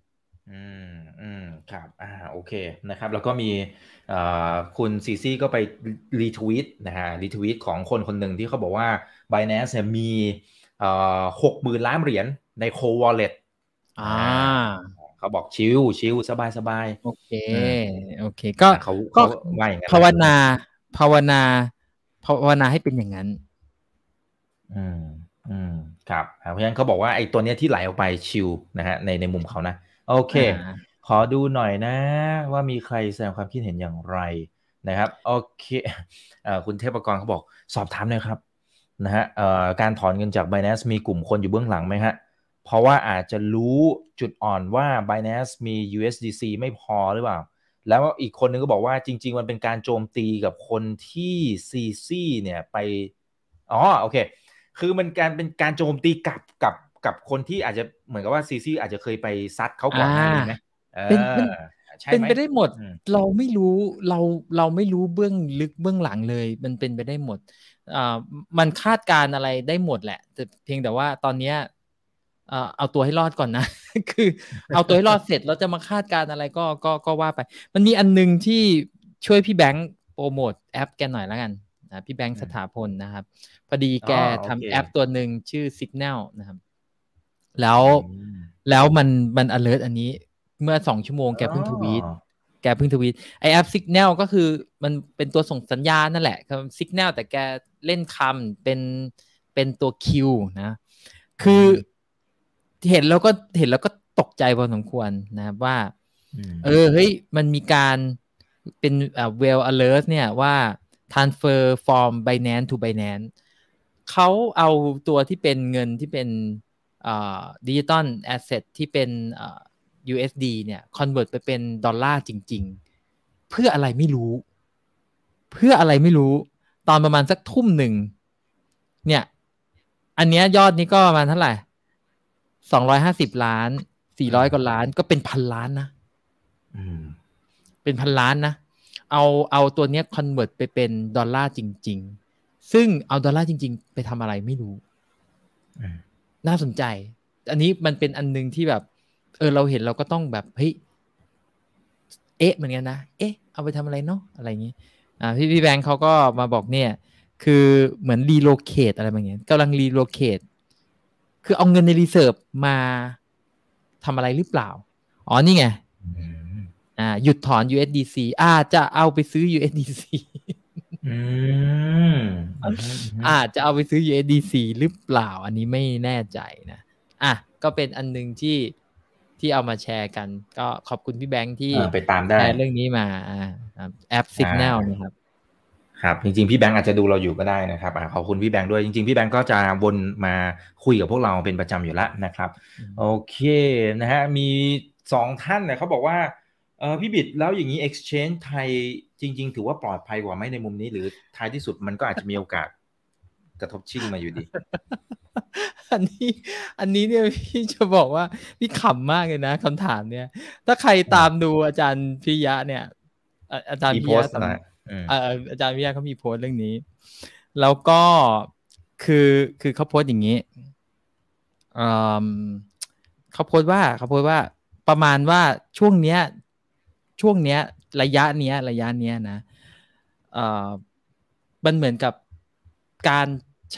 อืมอืมครับอ่าโอเคนะครับแล้วก็มีเอ่อคุณซีซี่ก็ไปรีทวีตนะฮะรีทวีตของคนคนหนึ่งที่เขาบอกว่า Binance เนี่ยมีเอ่อหกหมื่นล้านเหรียญใน Cold Wallet อ่อ่าาเขาบอกชิลชิลสบายสบายโอเคอืมโอเคก็อ่ะเขาก็เขาว่าอย่างนั้นภาวนะนาภาวนาภาวนาให้เป็นอย่างนั้นอืมอืมครับอ่าเพราะฉะนั้นเขาบอกว่าไอ้ตัวเนี้ยที่ไหลออกไปชิลนะฮะในในมุมเขานะโอเคอ่าขอดูหน่อยนะว่ามีใครแสดงความคิดเห็นอย่างไรนะครับโอเคเอ่อคุณเทพกรเขาบอกสอบถามหน่อยครับนะฮะเอ่อการถอนเงินจาก Binance มีกลุ่มคนอยู่เบื้องหลังไหมฮะเพราะว่าอาจจะรู้จุดอ่อนว่า Binance มี ยู เอส ดี ซี ไม่พอหรือเปล่าแล้วอีกคนนึงก็บอกว่าจริงๆมันเป็นการโจมตีกับคนที่ ซี ซี เนี่ยไปอ๋อโอเค คือมันการเป็นการโจมตีกลับกับกับคนที่อาจจะเหมือนกับว่าซีซีอาจจะเคยไปซัดเขาอ่ก่อนหน้านี้ไหมาเอเป็นเป็นอใช่เป็นไหมไปได้หมดอืมเราไม่รู้เราเราไม่รู้เบื้องลึกเบื้องหลังเลยมันเป็นไปได้หมดอ่ามันคาดการณ์อะไรได้หมดแหละแต่เพียงแต่ว่าตอนเนี้ยเอ่อเอาตัวให้รอดก่อนนะ คือเอาตัวให้รอดเสร็จแล้วจะมาคาดการณ์อะไรก็ก็ก็ว่าไปมันมีอันนึงที่ช่วยพี่แบงค์โปรโมทแอปแกหน่อยแล้วกันนะพี่แบงค์สถาพลนะครับพอดีอ๋อแกโอเคทำแอปตัวหนึ่งชื่อ Signal นะครับแล้วอืมแล้วมันมัน alert อันนี้เมื่อสองชั่วโมงแกอ๋อเพิ่งทวีตแกเพิ่งทวีตไอแอป Signal ก็คือมันเป็นตัวส่งสัญญาณนั่นแหละคือ Signal แต่แกเล่นคำเป็นเป็นตัว Q นะอืคือมเห็นแล้วก็เห็นแล้วก็ตกใจพอสมควรนะครับว่าอืมเออเฮ้ยมันมีการเป็นอ่า well alert เนี่ยว่า transfer from Binance to Binance เขาเอาตัวที่เป็นเงินที่เป็นดิจิตอลแอสเซทที่เป็น ยู เอส ดี เนี่ยคอนเวิร์ตไปเป็นดอลลาร์จริงๆเพื่ออะไรไม่รู้เพื่ออะไรไม่รู้ตอนประมาณสักทุ่มหนึ่งเนี่ยอันเนี้ยยอดนี้ก็ประมาณเท่าไหร่สองร้อยห้าสิบล้านสี่ร้อยกว่าล้านก็เป็นพันล้านนะอืมเป็นพันล้านนะเอาเอาตัวเนี้ยคอนเวิร์ตไปเป็นดอลลาร์จริงๆซึ่งเอาดอลลาร์จริงๆไปทำอะไรไม่รู้อืมน่าสนใจ อันนี้มันเป็นอันนึงที่แบบเออเราเห็นเราก็ต้องแบบเฮ้ยเอ๊ะเหมือนกันนะเอ๊ะเอาไปทำอะไรเนาะอะไรอย่างนี้อ่าพี่พี่แบงค์เขาก็มาบอกเนี่ยคือเหมือนรีโลเคทอะไรบางอย่างกำลังรีโลเคทคือเอาเงินในรีเซิร์ฟมาทำอะไรหรือเปล่าอ๋อนี่ไงอืมอ่าหยุดถอน ยู เอส ดี ซี อาจจะเอาไปซื้อ ยู เอส ดี ซีอืมอืมอืมอาจจะเอาไปซื้อ ยู เอส ดี ซี หรือเปล่าอันนี้ไม่แน่ใจนะอ่ะก็เป็นอันนึงที่ที่เอามาแชร์กันก็ขอบคุณพี่แบงค์ที่เออไปตามแชได้ร์เรื่องนี้มาอ่าแอปอ่า Signal นะครับครับจริงๆพี่แบงค์อาจจะดูเราอยู่ก็ได้นะครับอ่าขอบคุณพี่แบงค์ด้วยจริงๆพี่แบงค์ก็จะวนมาคุยกับพวกเราเป็นประจำอยู่แล้วนะครับโอเคนะฮะมีสองท่านเนี่ยเขาบอกว่าเออพี่บิดแล้วอย่างนี้ Exchange ไทยจริงๆถือว่าปลอดภัยกว่าไหมในมุมนี้หรือท้ายที่สุดมันก็อาจจะมีโอกาสกระทบชิ่งมาอยู่ดีอันนี้อันนี้เนี่ยพี่จะบอกว่าพี่ขำมากเลยนะคำถามเนี่ยถ้าใครตามดูอาจารย์พิยะเนี่ยอ่ะอาจารย์มีพิยะสโพสต์นะอืมำอ่าอาจารย์พิยะเขามีโพสต์เรื่องนี้ แล้วก็คือคือเขาโพสต์อย่างนี้อืมเขาโพสต์ว่าเขาโพสต์ว่าประมาณว่าช่วงเนี้ยช่วงเนี้ยระยะเนี้ยระยะเนี้ยนะเอ่อมันเหมือนกับการใช้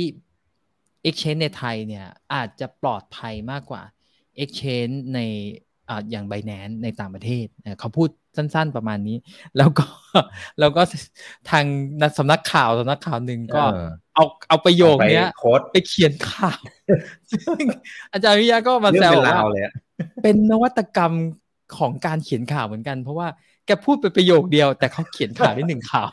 exchange ในไทยเนี่ยอาจจะปลอดภัยมากกว่า exchange ในอ่าอย่าง Binance ในต่างประเทศเขาพูดสั้นๆประมาณนี้แล้วก็แล้วก็ทางสำนักข่าวสำนักข่าวหนึ่งก็เออเอาเอาประโยเอาไปคเนี้ยโค้ดไปเขียนข่าว ซึ่งอาจารย์วิทยาก็มาเรื่อแซงเป็นวบอกว่าราวเลยอะเป็นนวัตกรรมของการเขียนข่าวเหมือนกัน เพราะว่าแกพูดไปประโยคเดียวแต่เขาเขียนข่าวได้หนึ่งข่าว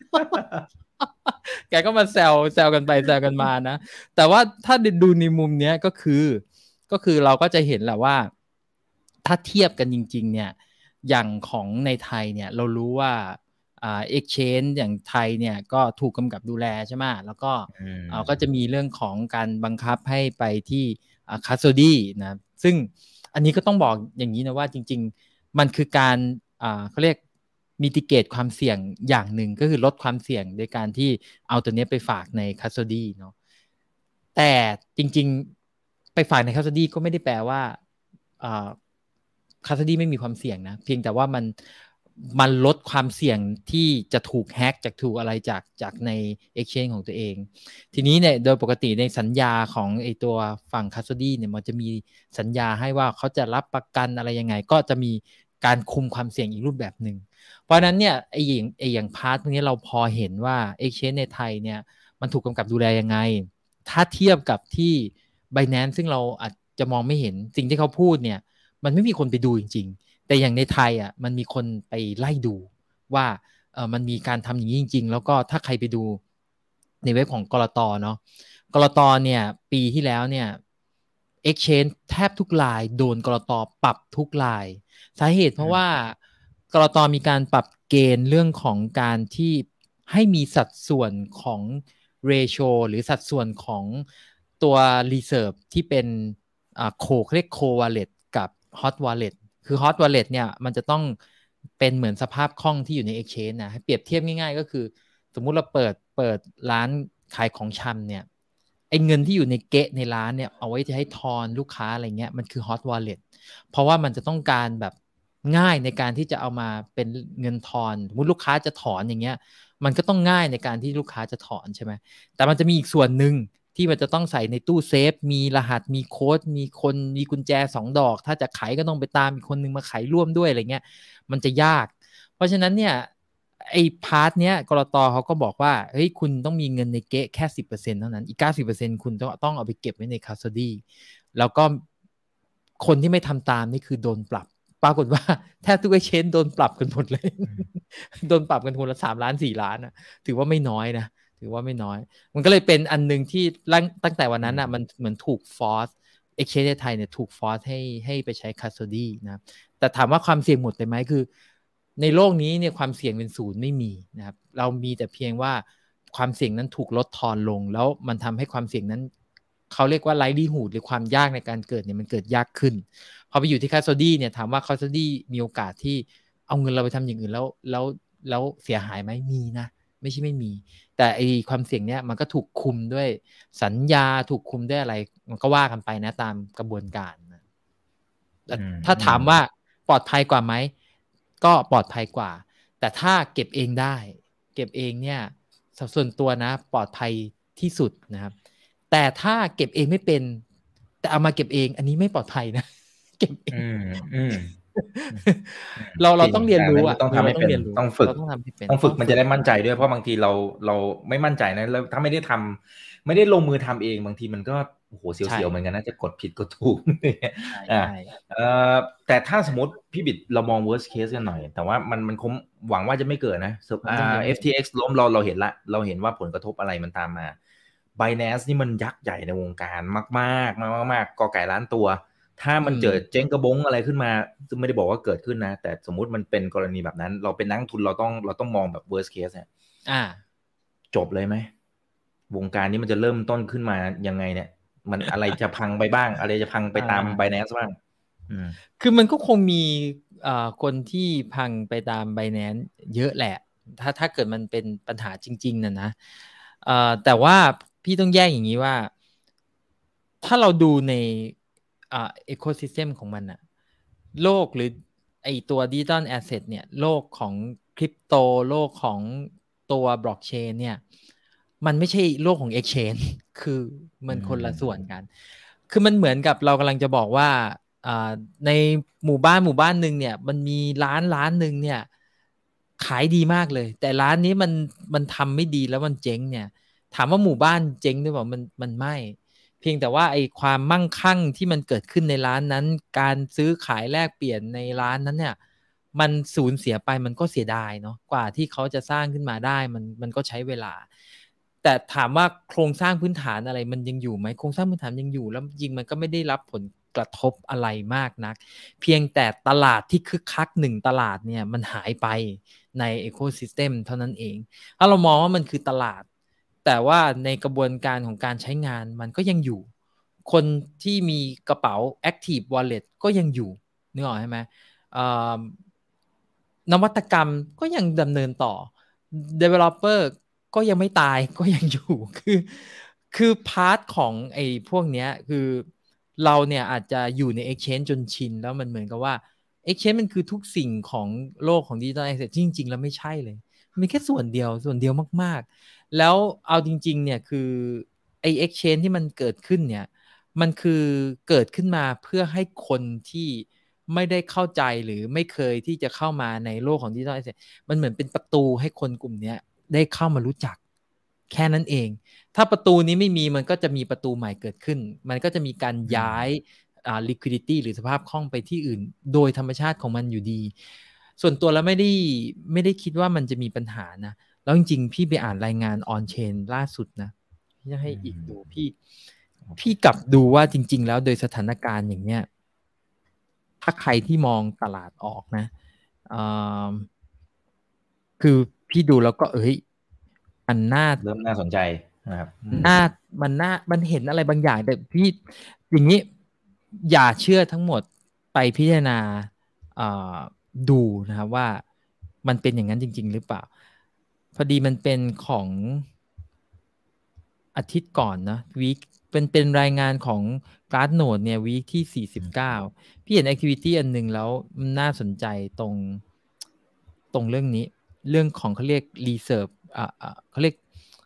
แกก็มาแซวแซวกันไปแซวกันมานะแต่ว่าถ้าดูในมุมเนี้ยก็คือก็คือเราก็จะเห็นแหละว่าถ้าเทียบกันจริงๆเนี่ยอย่างของในไทยเนี่ยเรารู้ว่าอ่า exchange อย่างไทยเนี่ยก็ถูกกำกับดูแลใช่ไหมแล้วก็อืมอ่าก็จะมีเรื่องของการบังคับให้ไปที่อ่า custody นะซึ่งอันนี้ก็ต้องบอกอย่างนี้นะว่าจริงๆมันคือการอ่าเขาเรียกmitigate ความเสี่ยงอย่างหนึ่งก็คือลดความเสี่ยงโดยการที่เอาตัวนี้ไปฝากใน custody เนาะแต่จริงๆไปฝากใน custody ก็ไม่ได้แปลว่าอ่า custody ไม่มีความเสี่ยงนะเพียงแต่ว่ามันมันลดความเสี่ยงที่จะถูกแฮกจากถูกอะไรจากจากใน exchange ของตัวเองทีนี้เนี่ยโดยปกติในสัญญาของไอตัวฝั่ง custody เนี่ยมันจะมีสัญญาให้ว่าเขาจะรับประกันอะไรยังไงก็จะมีการคุมความเสี่ยงอีกรูปแบบหนึ่งเพราะฉะนั้นเนี่ยไออย่างไออย่างพาร์ทนี้เราพอเห็นว่า exchange ในไทยเนี่ยมันถูกกำกับดูแลยังไงถ้าเทียบกับที่ Binance ซึ่งเราอาจจะมองไม่เห็นสิ่งที่เขาพูดเนี่ยมันไม่มีคนไปดูจริงๆแต่อย่างในไทยอ่ะมันมีคนไปไล่ดูว่าเออมันมีการทำอย่างนี้จริงๆแล้วก็ถ้าใครไปดูในเว็บของกลต.เนาะกลต.เนี่ยปีที่แล้วเนี่ย exchange แทบทุกรายโดนกลต.ปรับทุกรายสาเหตุเพราะว่ากลต.มีการปรับเกณฑ์เรื่องของการที่ให้มีสัดส่วนของ ratio หรือสัดส่วนของตัว reserve ที่เป็นอ่าโคเรียก co wallet กับ hot wallet คือ hot wallet เนี่ยมันจะต้องเป็นเหมือนสภาพคล่องที่อยู่ใน exchange นะให้เปรียบเทียบง่ายๆก็คือสมมุติเราเปิดเปิดร้านขายของชำเนี่ยไอ้เงินที่อยู่ในเกะในร้านเนี่ยเอาไว้จะให้ทอนลูกค้าอะไรเงี้ยมันคือ hot wallet เพราะว่ามันจะต้องการแบบง่ายในการที่จะเอามาเป็นเงินทอนสมมติลูกค้าจะถอนอย่างเงี้ยมันก็ต้องง่ายในการที่ลูกค้าจะถอนใช่ไหมแต่มันจะมีอีกส่วนหนึ่งที่มันจะต้องใส่ในตู้เซฟมีรหัสมีโค้ดมีคนมีกุญแจสองดอกถ้าจะไขก็ต้องไปตามอีกคนนึงมาไขร่วมด้วยอะไรเงี้ยมันจะยากเพราะฉะนั้นเนี่ยไอ้พาร์ทเนี้ยกลต.เขาก็บอกว่าเฮ้ยคุณต้องมีเงินในเก๊ะแค่ สิบเปอร์เซ็นต์ เท่านั้นอีก เก้าสิบเปอร์เซ็นต์ คุณต้องต้องเอาไปเก็บไว้ใน custody แล้วก็คนที่ไม่ทำตามนี่คือโดนปรับปรากฏว่าแทบทุก exchange โดนปรับกันหมดเลย โดนปรับกันคนละสามล้านสี่ล้านนะถือว่าไม่น้อยนะถือว่าไม่น้อยมันก็เลยเป็นอันนึงที่ตั้งแต่วันนั้นอ่ะมันเหมือนถูกฟอร์ส exchange ในไทยเนี่ยถูกฟอร์สให้ให้ไปใช้ custody นะแต่ถามว่าความเสี่ยงหมดไปไหมคือในโลกนี้เนี่ยความเสี่ยงเป็นศูนย์ไม่มีนะครับเรามีแต่เพียงว่าความเสี่ยงนั้นถูกลดทอนลงแล้วมันทำให้ความเสี่ยงนั้นเขาเรียกว่า likelihood หรือความยากในการเกิดเนี่ยมันเกิดยากขึ้นพอไปอยู่ที่ custody เนี่ยถามว่า custody มีโอกาสที่เอาเงินเราไปทำอย่างอื่นแล้วแล้วแล้วเสียหายไหมมีนะไม่ใช่ไม่มีแต่ไอความเสี่ยงเนี้ยมันก็ถูกคุมด้วยสัญญาถูกคุมด้วยอะไรมันก็ว่ากันไปนะตามกระบวนการนะถ้าถามว่าปลอดภัยกว่าไหมก็ปลอดภัยกว่าแต่ถ้าเก็บเองได้เก็บเองเนี่ยส่วนตัวนะปลอดภัยที่สุดนะครับแต่ถ้าเก็บเองไม่เป็นแต่เอามาเก็บเองอันนี้ไม่ปลอดภัยนะเก็บเองเราเราต้องเรียนรู้อ่ะต้องทำให้เป็นต้องฝึกต้องทำให้เป็นต้องฝึกมันจะได้มั่นใจด้วยเพราะบางทีเราเราไม่มั่นใจนะแล้วถ้าไม่ได้ทำไม่ได้ลงมือทำเองบางทีมันก็โอ้โหเสียวๆเหมือนกันนะจะกดผิดกดถูกอ่าเอ่อแต่ถ้าสมมติพี่บิดเรามอง worst case กันหน่อยแต่ว่ามันมันคงหวังว่าจะไม่เกิดนะอ่า เอฟ ที เอ็กซ์ ล้มเราเราเห็นละเราเห็นว่าผลกระทบอะไรมันตามมา Binance นี่มันยักษ์ใหญ่ในวงการมากๆมากๆมากกอไก่ล้านตัวถ้ามันเกิดเจ๊งกระบงอะไรขึ้นมาซึ่งไม่ได้บอกว่าเกิดขึ้นนะแต่สมมุติมันเป็นกรณีแบบนั้นเราเป็นนักทุนเราต้องเราต้องมองแบบ worst case เนี่ยอ่าจบเลยไหมวงการนี้มันจะเริ่มต้นขึ้นมายังไงเนี่ยมันอะไรจะพังไปบ้างอะไรจะพังไปตาม Binance บ้างคือมันก็คงมีอ่าคนที่พังไปตาม Binance เยอะแหละถ้าถ้าเกิดมันเป็นปัญหาจริงๆน่ะนะอ่าแต่ว่าพี่ต้องแยกอย่างนี้ว่าถ้าเราดูในอ่า ecosystem ของมันอะโลกหรือไอตัว digital asset เนี่ยโลกของคริปโตโลกของตัวบล็อกเชนเนี่ยมันไม่ใช่โลกของ exchange คือมันคนละส่วนกันคือมันเหมือนกับเรากำลังจะบอกว่าอ่าในหมู่บ้านหมู่บ้านหนึ่งเนี่ยมันมีร้านร้านหนึ่งเนี่ยขายดีมากเลยแต่ร้านนี้มันมันทำไม่ดีแล้วมันเจ๊งเนี่ยถามว่าหมู่บ้านเจ๊งหรือเปล่ามันมันไม่เพียงแต่ว่าไอ้ความมั่งคั่งที่มันเกิดขึ้นในร้านนั้นการซื้อขายแลกเปลี่ยนในร้านนั้นเนี่ยมันสูญเสียไปมันก็เสียดายเนาะกว่าที่เขาจะสร้างขึ้นมาได้มันมันก็ใช้เวลาแต่ถามว่าโครงสร้างพื้นฐานอะไรมันยังอยู่ไหมโครงสร้างพื้นฐานยังอยู่แล้วจริงมันก็ไม่ได้รับผลกระทบอะไรมากนักเพียงแต่ตลาดที่คึกคักหนึ่งตลาดเนี่ยมันหายไปในเอโคซิสเต็มเท่านั้นเองถ้าเรามองว่ามันคือตลาดแต่ว่าในกระบวนการของการใช้งานมันก็ยังอยู่คนที่มีกระเป๋า Active Wallet ก็ยังอยู่นึกออกใช่ไหมนวัตกรรมก็ยังดำเนินต่อ Developer ก็ยังไม่ตายก็ยังอยู่คือคือพาร์ทของไอ้พวกเนี้ยคือเราเนี่ยอาจจะอยู่ใน exchange จนชินแล้วมันเหมือนกับว่า exchange มันคือทุกสิ่งของโลกของ digital asset จริงๆแล้วไม่ใช่เลยมันแค่ส่วนเดียวส่วนเดียวมากๆแล้วเอาจริงๆเนี่ยคือไอ้ exchange ที่มันเกิดขึ้นเนี่ยมันคือเกิดขึ้นมาเพื่อให้คนที่ไม่ได้เข้าใจหรือไม่เคยที่จะเข้ามาในโลกของ digital asset มันเหมือนเป็นประตูให้คนกลุ่มนี้ได้เข้ามารู้จักแค่นั้นเองถ้าประตูนี้ไม่มีมันก็จะมีประตูใหม่เกิดขึ้นมันก็จะมีการย้ายอ่า liquidity หรือสภาพคล่องไปที่อื่นโดยธรรมชาติของมันอยู่ดีส่วนตัวแล้วไม่ได้ไม่ได้คิดว่ามันจะมีปัญหานะแล้วจริงๆพี่ไปอ่านรายงาน on chain ล่าสุดนะพี่จะให้อีกดูพี่พี่กลับดูว่าจริงๆแล้วโดยสถานการณ์อย่างเนี้ยถ้าใครที่มองตลาดออกนะคือพี่ดูแล้วก็เอ้ยมันน่าเริ่มน่าสนใจนะครับน่ามันน่ามันเห็นอะไรบางอย่างแต่พี่อย่างนี้อย่าเชื่อทั้งหมดไปพิจารณาดูนะครับว่ามันเป็นอย่างนั้นจริงๆหรือเปล่าพอดีมันเป็นของอาทิตย์ก่อนนะวีคเป็นเป็นรายงานของ Glassnode เนี่ยวีคที่สี่สิบเก้าพี่เห็น activity อันนึงแล้วมันน่าสนใจตรงตรงเรื่องนี้เรื่องของเขาเรียก reserve อ่าเขาเรียก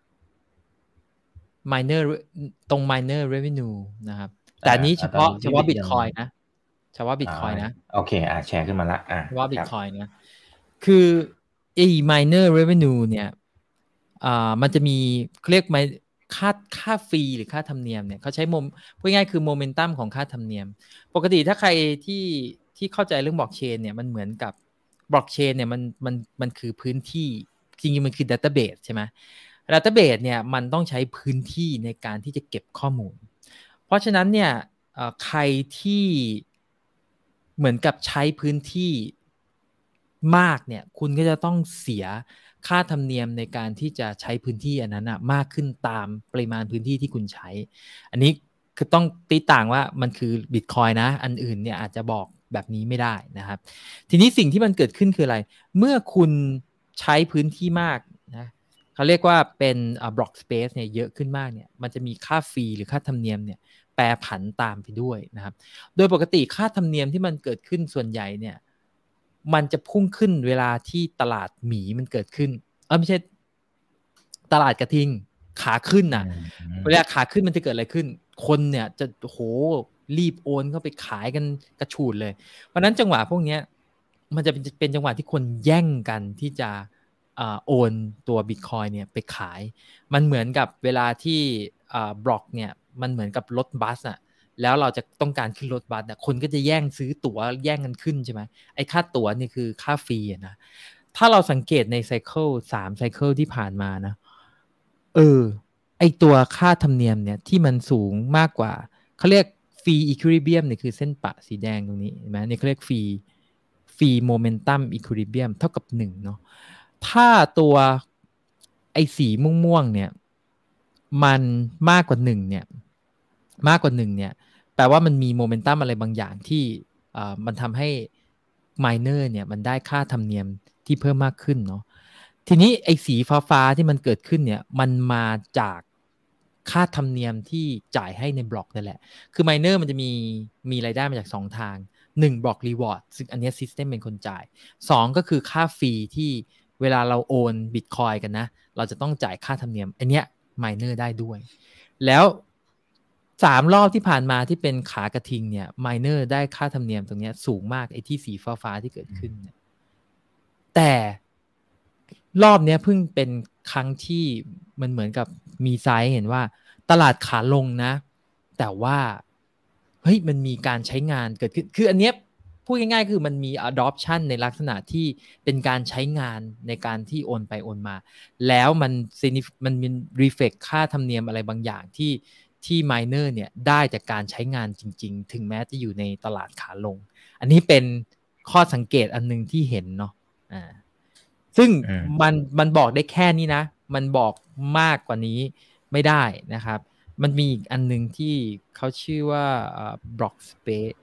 minor ตรง minor revenue นะครับแต่อันนี้เฉพาะเฉพาะ Bitcoin นะเฉพาะ Bitcoin นะโอเคอ่ะแชร์ขึ้นมาละอ่ะเฉพาะ Bitcoin นะคือไอ้ minor revenue เนี่ยอ่ามันจะมีเขาเรียกค่าค่าฟรีหรือค่าธรรมเนียมเนี่ยเขาใช้โมพูดง่ายคือโมเมนตัมของค่าธรรมเนียมปกติถ้าใครที่ที่เข้าใจเรื่องบล็อกเชนเนี่ยมันเหมือนกับบล็อกเชนเนี่ยมันมันมันคือพื้นที่จริงๆมันคือดัตต้าเบสใช่ไหมดัตต้าเบสเนี่ยมันต้องใช้พื้นที่ในการที่จะเก็บข้อมูลเพราะฉะนั้นเนี่ยใครที่เหมือนกับใช้พื้นที่มากเนี่ยคุณก็จะต้องเสียค่าธรรมเนียมในการที่จะใช้พื้นที่อันนั้นนะมากขึ้นตามปริมาณพื้นที่ที่คุณใช้อันนี้คือต้องตีต่างว่ามันคือ Bitcoin นะอันอื่นเนี่ยอาจจะบอกแบบนี้ไม่ได้นะครับทีนี้สิ่งที่มันเกิดขึ้นคืออะไรเมื่อคุณใช้พื้นที่มากนะเขาเรียกว่าเป็นบล็อกสเปซเนี่ยเยอะขึ้นมากเนี่ยมันจะมีค่าฟรีหรือค่าธรรมเนียมเนี่ยแปรผันตามไปด้วยนะครับโดยปกติค่าธรรมเนียมที่มันเกิดขึ้นส่วนใหญ่เนี่ยมันจะพุ่งขึ้นเวลาที่ตลาดหมีมันเกิดขึ้นเออไม่ใช่ตลาดกระทิงขาขึ้นน่ะเวลาขาขึ้นมันจะเกิดอะไรขึ้นคนเนี่ยจะโหรีบโอนเข้าไปขายกันกระฉูดเลยเพราะนั้นจังหวะพวกนี้มันจะเป็นเป็นจังหวะที่คนแย่งกันที่จะโอนตัว Bitcoin เนี่ยไปขายมันเหมือนกับเวลาที่บล็อกเนี่ยมันเหมือนกับรถบัสอ่ะแล้วเราจะต้องการขึ้นรถบัสอ่ะคนก็จะแย่งซื้อตั๋วแย่งกันขึ้นใช่ไหมไอ้ค่าตั๋วนี่คือค่าฟรีนะ ถ้าเราสังเกตในไซเคิลสามไซเคิลที่ผ่านมานะเออไอตัวค่าธรรมเนียมเนี่ยที่มันสูงมากกว่าเขาเรียกฟรีอีควิลิเบียมเนี่ยคือเส้นปะสีแดงตรงนี้เห็นไหมนี่เขาเรียกฟรีฟรีโมเมนตัมอีควิลิเบียมเท่ากับหนึ่งเนาะถ้าตัวไอสีม่วงๆเนี่ยมันมากกว่าหนึ่งเนี่ยมากกว่าหนึ่งเนี่ยแปลว่ามันมีโมเมนตัมอะไรบางอย่างที่อ่ามันทำให้ไมเนอร์เนี่ยมันได้ค่าธรรมเนียมที่เพิ่มมากขึ้นเนาะทีนี้ไอ้สีฟ้าๆที่มันเกิดขึ้นเนี่ยมันมาจากค่าธรรมเนียมที่จ่ายให้ในบล็อกนั่นแหละคือไมเนอร์มันจะมีมีรายได้มาจากสองทางหนึ่งบล็อกรีวอร์ดซึ่งอันนี้ซิสเต็มเป็นคนจ่ายสองก็คือค่าฟรีที่เวลาเราโอน Bitcoin กันนะเราจะต้องจ่ายค่าธรรมเนียมอันเนี้ยไมเนอร์ได้ด้วยแล้วสามรอบที่ผ่านมาที่เป็นขากระทิงเนี่ยไมเนอร์ได้ค่าธรรมเนียมตรงนี้สูงมากไอ้ที่สีฟ้าๆที่เกิดขึ้นเนี่ยแต่รอบนี้เพิ่งเป็นครั้งที่มันเหมือนกับมีไซส์เห็นว่าตลาดขาลงนะแต่ว่าเฮ้ยมันมีการใช้งานเกิดขึ้นคืออันเนี้ยพูดง่ายๆคือมันมี adoption ในลักษณะที่เป็นการใช้งานในการที่โอนไปโอนมาแล้วมันมันมี reflect ค่าธรรมเนียมอะไรบางอย่างที่ที่ miner เนี่ยได้จากการใช้งานจริงๆถึงแม้จะอยู่ในตลาดขาลงอันนี้เป็นข้อสังเกตอันนึงที่เห็นเนาะอ่าซึ่งมันมันบอกได้แค่นี้นะมันบอกมากกว่านี้ไม่ได้นะครับมันมีอีกอันนึงที่เขาชื่อว่า block space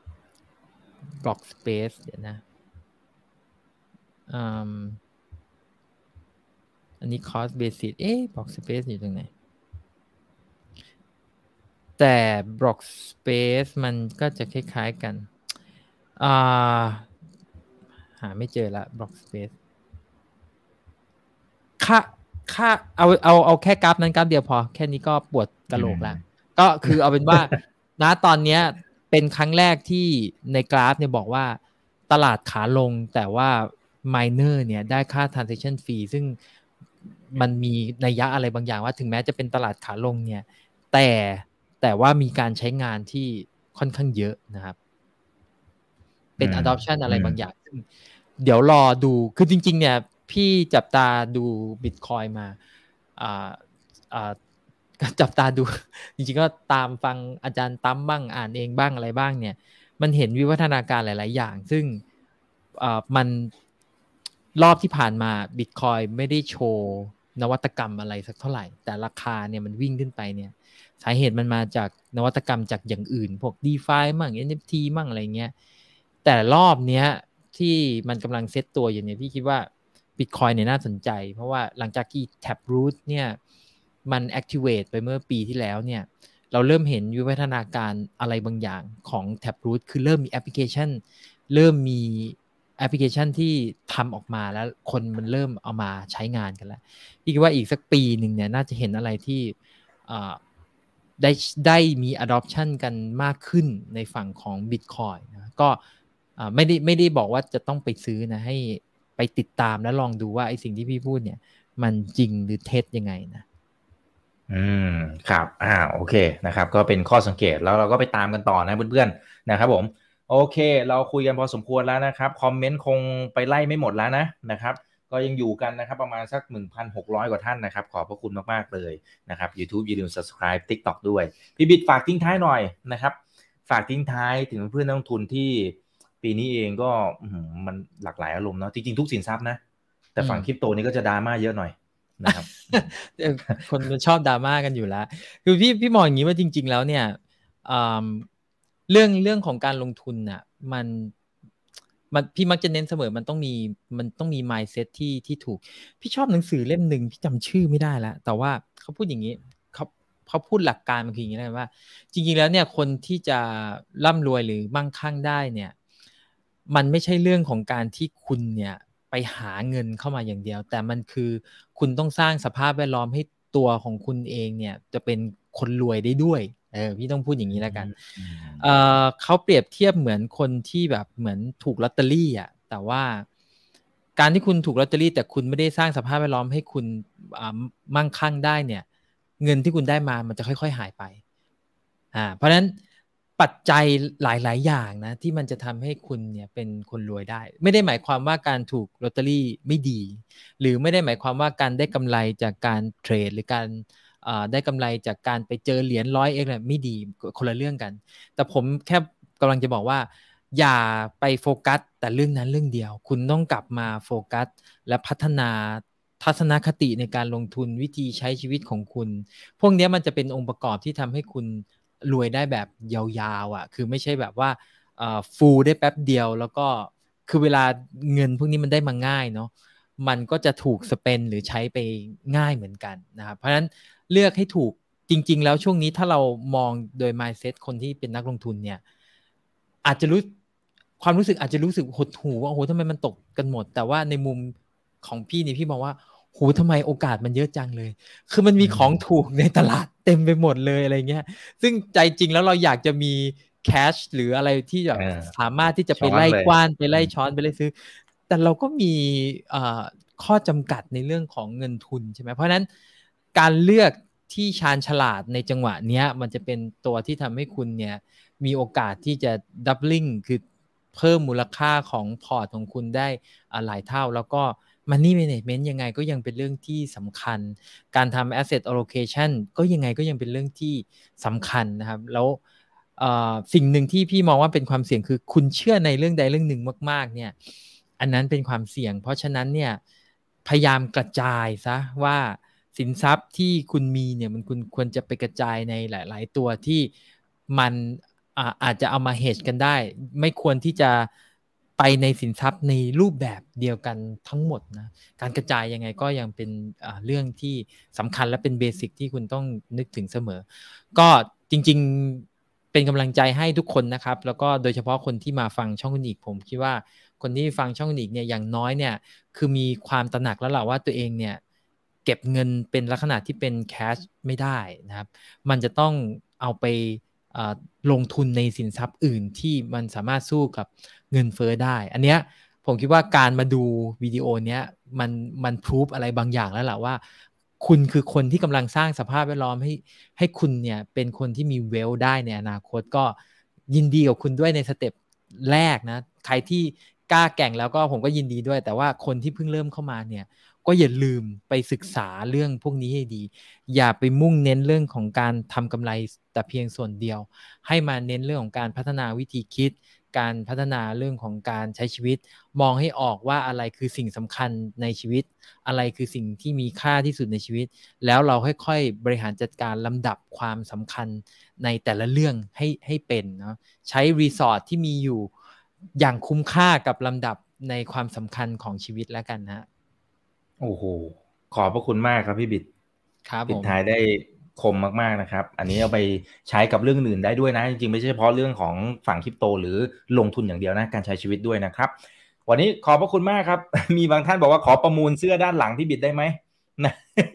block space เดี๋ยวนะอืมอันนี้ cost basis เอ๊ะ block space อยู่ตรงไหนแต่ block space มันก็จะคล้ายๆกันอ่าหาไม่เจอละ Block Space ค่าค่าเอาเอาเอาแค่กราฟนั้นกราฟเดียวพอแค่นี้ก็ปวดกะโหลกแล้วก็คือเอาเป็นว่า ณตอนนี้เป็นครั้งแรกที่ในกราฟเนี่ยบอกว่าตลาดขาลงแต่ว่า miner เนี่ยได้ค่า transaction fee ซึ่งมันมีนัยยะอะไรบางอย่างว่าถึงแม้จะเป็นตลาดขาลงเนี่ยแต่แต่ว่ามีการใช้งานที่ค่อนข้างเยอะนะครับเป็น adoption อะไรบางอย่างซึ่งเดี๋ยวรอดูคือจริงๆเนี่ยพี่จับตาดู Bitcoin มาอ่าอ่าจับตาดูจริงๆก็ตามฟังอาจารย์ตั้มบ้างอ่านเองบ้างอะไรบ้างเนี่ยมันเห็นวิวัฒนาการหลายๆอย่างซึ่งอ่ามันรอบที่ผ่านมา Bitcoin ไม่ได้โชว์นวัตกรรมอะไรสักเท่าไหร่แต่ราคาเนี่ยมันวิ่งขึ้นไปเนี่ยสาเหตุมันมาจากนวัตกรรมจากอย่างอื่นพวก DeFi มั่ง เอ็น เอฟ ที มั่งอะไรเงี้ยแต่รอบเนี้ยที่มันกำลังเซตตัวอยู่เนี่ยพี่คิดว่า Bitcoin เนี่ยน่าสนใจเพราะว่าหลังจากที่ Taproot เนี่ยมัน activate ไปเมื่อปีที่แล้วเนี่ยเราเริ่มเห็นวิวัฒนาการอะไรบางอย่างของ Taproot คือเริ่มมีแอปพลิเคชันเริ่มมีแอปพลิเคชันที่ทำออกมาแล้วคนมันเริ่มเอามาใช้งานกันแล้วพี่คิดว่าอีกสักปีหนึ่งเนี่ยน่าจะเห็นอะไรที่ได้ได้มี adoption กันมากขึ้นในฝั่งของ Bitcoin นะก็ไม่ได้ไม่ได้บอกว่าจะต้องไปซื้อนะให้ไปติดตามแล้วลองดูว่าไอ้สิ่งที่พี่พูดเนี่ยมันจริงหรือเท็จยังไงนะอืมครับอ่าโอเคนะครับก็เป็นข้อสังเกตแล้วเราก็ไปตามกันต่อนะเพื่อนๆนะครับผมโอเคเราคุยกันพอสมควรแล้วนะครับคอมเมนต์คงไปไล่ไม่หมดแล้วนะนะครับก็ยังอยู่กันนะครับประมาณสัก หนึ่งพันหกร้อย กว่าท่านนะครับขอบพระคุณมากๆเลยนะครับ YouTube อย่าลืม Subscribe TikTok ด้วยพี่บิ๊กฝากทิ้งท้ายหน่อยนะครับฝากทิ้งท้ายถึงเพื่อนนักลงทุนที่ปีนี้เองก็มันหลากหลายอารมณ์เนาะจริงๆทุกสินทรัพย์นะแต่ฝั่งคริปโตนี่ก็จะดราม่าเยอะหน่อยนะครับคนมันชอบดราม่ากันอยู่แล้วคือพี่พี่มองอย่างนี้ว่าจริงๆแล้วเนี่ยเรื่องเรื่องของการลงทุนน่ะมันมันพี่มักจะเน้นเสมอมันต้องมีมันต้องมี mindset ที่ที่ถูกพี่ชอบหนังสือเล่มหนึ่งพี่จำชื่อไม่ได้แล้วแต่ว่าเขาพูดอย่างนี้เขาเขาพูดหลักการมันคืออย่างนี้นะว่าจริงๆแล้วเนี่ยคนที่จะร่ำรวยหรือมั่งคั่งได้เนี่ยมันไม่ใช่เรื่องของการที่คุณเนี่ยไปหาเงินเข้ามาอย่างเดียวแต่มันคือคุณต้องสร้างสภาพแวดล้อมให้ตัวของคุณเองเนี่ยจะเป็นคนรวยได้ด้วยเออพี่ต้องพูดอย่างนี้แล้วกันเออเขาเปรียบเทียบเหมือนคนที่แบบเหมือนถูกลอตเตอรี่อ่ะแต่ว่าการที่คุณถูกลอตเตอรี่แต่คุณไม่ได้สร้างสภาพแวดล้อมให้คุณมั่งคั่งได้เนี่ยเงินที่คุณได้มามันจะค่อยๆหายไปอ่าเพราะฉะนั้นปัจจัยหลายๆอย่างนะที่มันจะทำให้คุณเนี่ยเป็นคนรวยได้ไม่ได้หมายความว่าการถูกลอตเตอรี่ไม่ดีหรือไม่ได้หมายความว่าการได้กำไรจากการเทรดหรือการได้กำไรจากการไปเจอเหรียญร้อยเอ็กซ์ไม่ดีคนละเรื่องกันแต่ผมแค่กำลังจะบอกว่าอย่าไปโฟกัสแต่เรื่องนั้นเรื่องเดียวคุณต้องกลับมาโฟกัสและพัฒนาทัศนคติในการลงทุนวิธีใช้ชีวิตของคุณพวกนี้มันจะเป็นองค์ประกอบที่ทำให้คุณรวยได้แบบยาวๆอ่ะคือไม่ใช่แบบว่าฟูลได้แป๊บเดียวแล้วก็คือเวลาเงินพวกนี้มันได้มาง่ายเนาะมันก็จะถูกสเปนหรือใช้ไปง่ายเหมือนกันนะครับเพราะฉะนั้นเลือกให้ถูกจริงๆแล้วช่วงนี้ถ้าเรามองโดย mindset คนที่เป็นนักลงทุนเนี่ยอาจจะรู้ความรู้สึกอาจจะรู้สึกหดหู่ว่าโอ้โหทำไมมันตกกันหมดแต่ว่าในมุมของพี่นี่พี่มองว่าโหทำไมโอกาสมันเยอะจังเลยคือมันมีของถูกในตลาดเต็มไปหมดเลยอะไรเงี้ยซึ่งใจจริงแล้วเราอยากจะมีแคชหรืออะไรที่แบบสามารถที่จะไปไล่กว้านไปไล่ช้อนไปไล่ซื้อแต่เราก็มีข้อจำกัดในเรื่องของเงินทุนใช่ไหมเพราะฉะนั้นการเลือกที่ชาญฉลาดในจังหวะนี้มันจะเป็นตัวที่ทำให้คุณเนี่ยมีโอกาสที่จะดับลิงคือเพิ่มมูลค่าของพอร์ตของคุณได้หลายเท่าแล้วก็Money Management ยังไงก็ยังเป็นเรื่องที่สำคัญการทำ Asset Allocation ก็ยังไงก็ยังเป็นเรื่องที่สำคัญนะครับแล้วสิ่งหนึ่งที่พี่มองว่าเป็นความเสี่ยงคือคุณเชื่อในเรื่องใดเรื่องหนึ่งมากๆเนี่ยอันนั้นเป็นความเสี่ยงเพราะฉะนั้นเนี่ยพยายามกระจายซะว่าสินทรัพย์ที่คุณมีเนี่ยมันคุณควรจะไปกระจายในหลายๆตัวที่มัน อ่าอาจจะเอามาเฮดกันได้ไม่ควรที่จะไปในสินทรัพย์ในรูปแบบเดียวกันทั้งหมดนะการกระจายยังไงก็ยังเป็นเรื่องที่สำคัญและเป็นเบสิกที่คุณต้องนึกถึงเสมอก็จริงๆเป็นกำลังใจให้ทุกคนนะครับแล้วก็โดยเฉพาะคนที่มาฟังช่องคุณอีกผมคิดว่าคคนที่ฟังช่องอีกเนี่ยอย่างน้อยเนี่ยคือมีความตระหนักแล้วแหละว่าตัวเองเนี่ยเก็บเงินเป็นลักษณะที่เป็นแคชไม่ได้นะครับมันจะต้องเอาไปลงทุนในสินทรัพย์อื่นที่มันสามารถสู้กับเงินเฟ้อได้อันเนี้ยผมคิดว่าการมาดูวิดีโอเนี้ยมันมันพรูฟอะไรบางอย่างแล้วแหละว่าคุณคือคนที่กำลังสร้างสภาพแวดล้อมให้ให้คุณเนี่ยเป็นคนที่มีเวลได้ในอนาคตก็ยินดีกับคุณด้วยในสเต็ปแรกนะใครที่กล้าแก่งแล้วก็ผมก็ยินดีด้วยแต่ว่าคนที่เพิ่งเริ่มเข้ามาเนี่ยก็อย่าลืมไปศึกษาเรื่องพวกนี้ให้ดีอย่าไปมุ่งเน้นเรื่องของการทำกำไรแต่เพียงส่วนเดียวให้มาเน้นเรื่องของการพัฒนาวิธีคิดการพัฒนาเรื่องของการใช้ชีวิตมองให้ออกว่าอะไรคือสิ่งสำคัญในชีวิตอะไรคือสิ่งที่มีค่าที่สุดในชีวิตแล้วเราค่อยๆบริหารจัดการลำดับความสำคัญในแต่ละเรื่องให้ให้เป็นเนาะใช้รีสอร์ทที่มีอยู่อย่างคุ้มค่ากับลำดับในความสำคัญของชีวิตแล้วกันนะโอ้โหขอบพระคุณมากครับพี่บิดครับปิดท้ายได้คมมากๆนะครับอันนี้เอาไปใช้กับเรื่องอื่นได้ด้วยนะจริงๆไม่ใช่เฉพาะเรื่องของฝั่งคริปโตหรือลงทุนอย่างเดียวนะการใช้ชีวิตด้วยนะครับวันนี้ขอบพระคุณมากครับมีบางท่านบอกว่าขอประมูลเสื้อด้านหลังพี่บิดได้ไหมนะ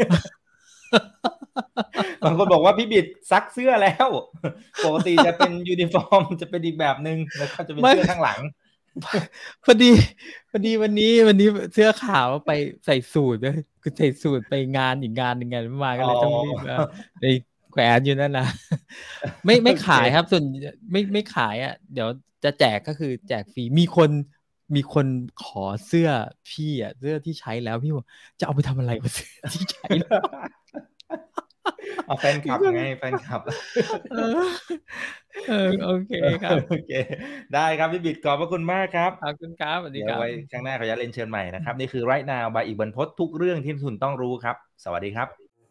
บางคนบอกว่าพี่บิดซักเสื้อแล้วปกติจะเป็นยูนิฟอร์มจะเป็นอีกแบบนึงแล้วก็จะเป็นเสื้อข้างหลังพอดีพอดีวันนี้วันนี้เสื้อขาวไปใส่สูทนะคือใส่สูทไปงานอีกงานหนึ่งไงมาก็เลยต้องรีบไปแขวนอยู่นั่นนะไม่ไม่ขายครับส่วนไม่ไม่ขายอ่ะเดี๋ยวจะแจกก็คือแจกฟรีมีคนมีคนขอเสื้อพี่อ่ะเสื้อที่ใช้แล้วพี่บอกจะเอาไปทำอะไรกับเสื้อที่ใช้แล้วเอาแฟนคลับไงแฟนคลับเออโอเคครับโอเคได้ครับพี่บิดขอบพระคุณมากครับขอบคุณครับสวัสดีครับไว้ครั้งหน้าขออนุญาตเรียนเชิญใหม่นะครับนี่คือ Right Now บายอีกบรรพตทุกเรื่องที่คุณต้องรู้ครับสวัสดีครับ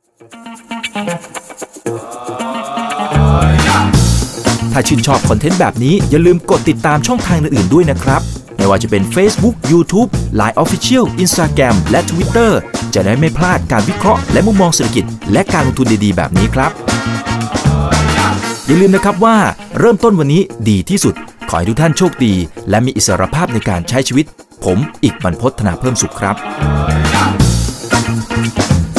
ถ้าชื่นชอบคอนเทนต์แบบนี้อย่าลืมกดติดตามช่องทางอื่นๆด้วยนะครับไม่ว่าจะเป็น Facebook, YouTube, ไลน์ Official, Instagram และ Twitter จะได้ไม่พลาดการวิเคราะห์และมุมมองเศรษฐกิจและการลงทุนดีๆแบบนี้ครับอย่าลืมนะครับว่าเริ่มต้นวันนี้ดีที่สุดขอให้ทุกท่านโชคดีและมีอิสรภาพในการใช้ชีวิตผมอีกบรรพต ธนาเพิ่มสุขครับ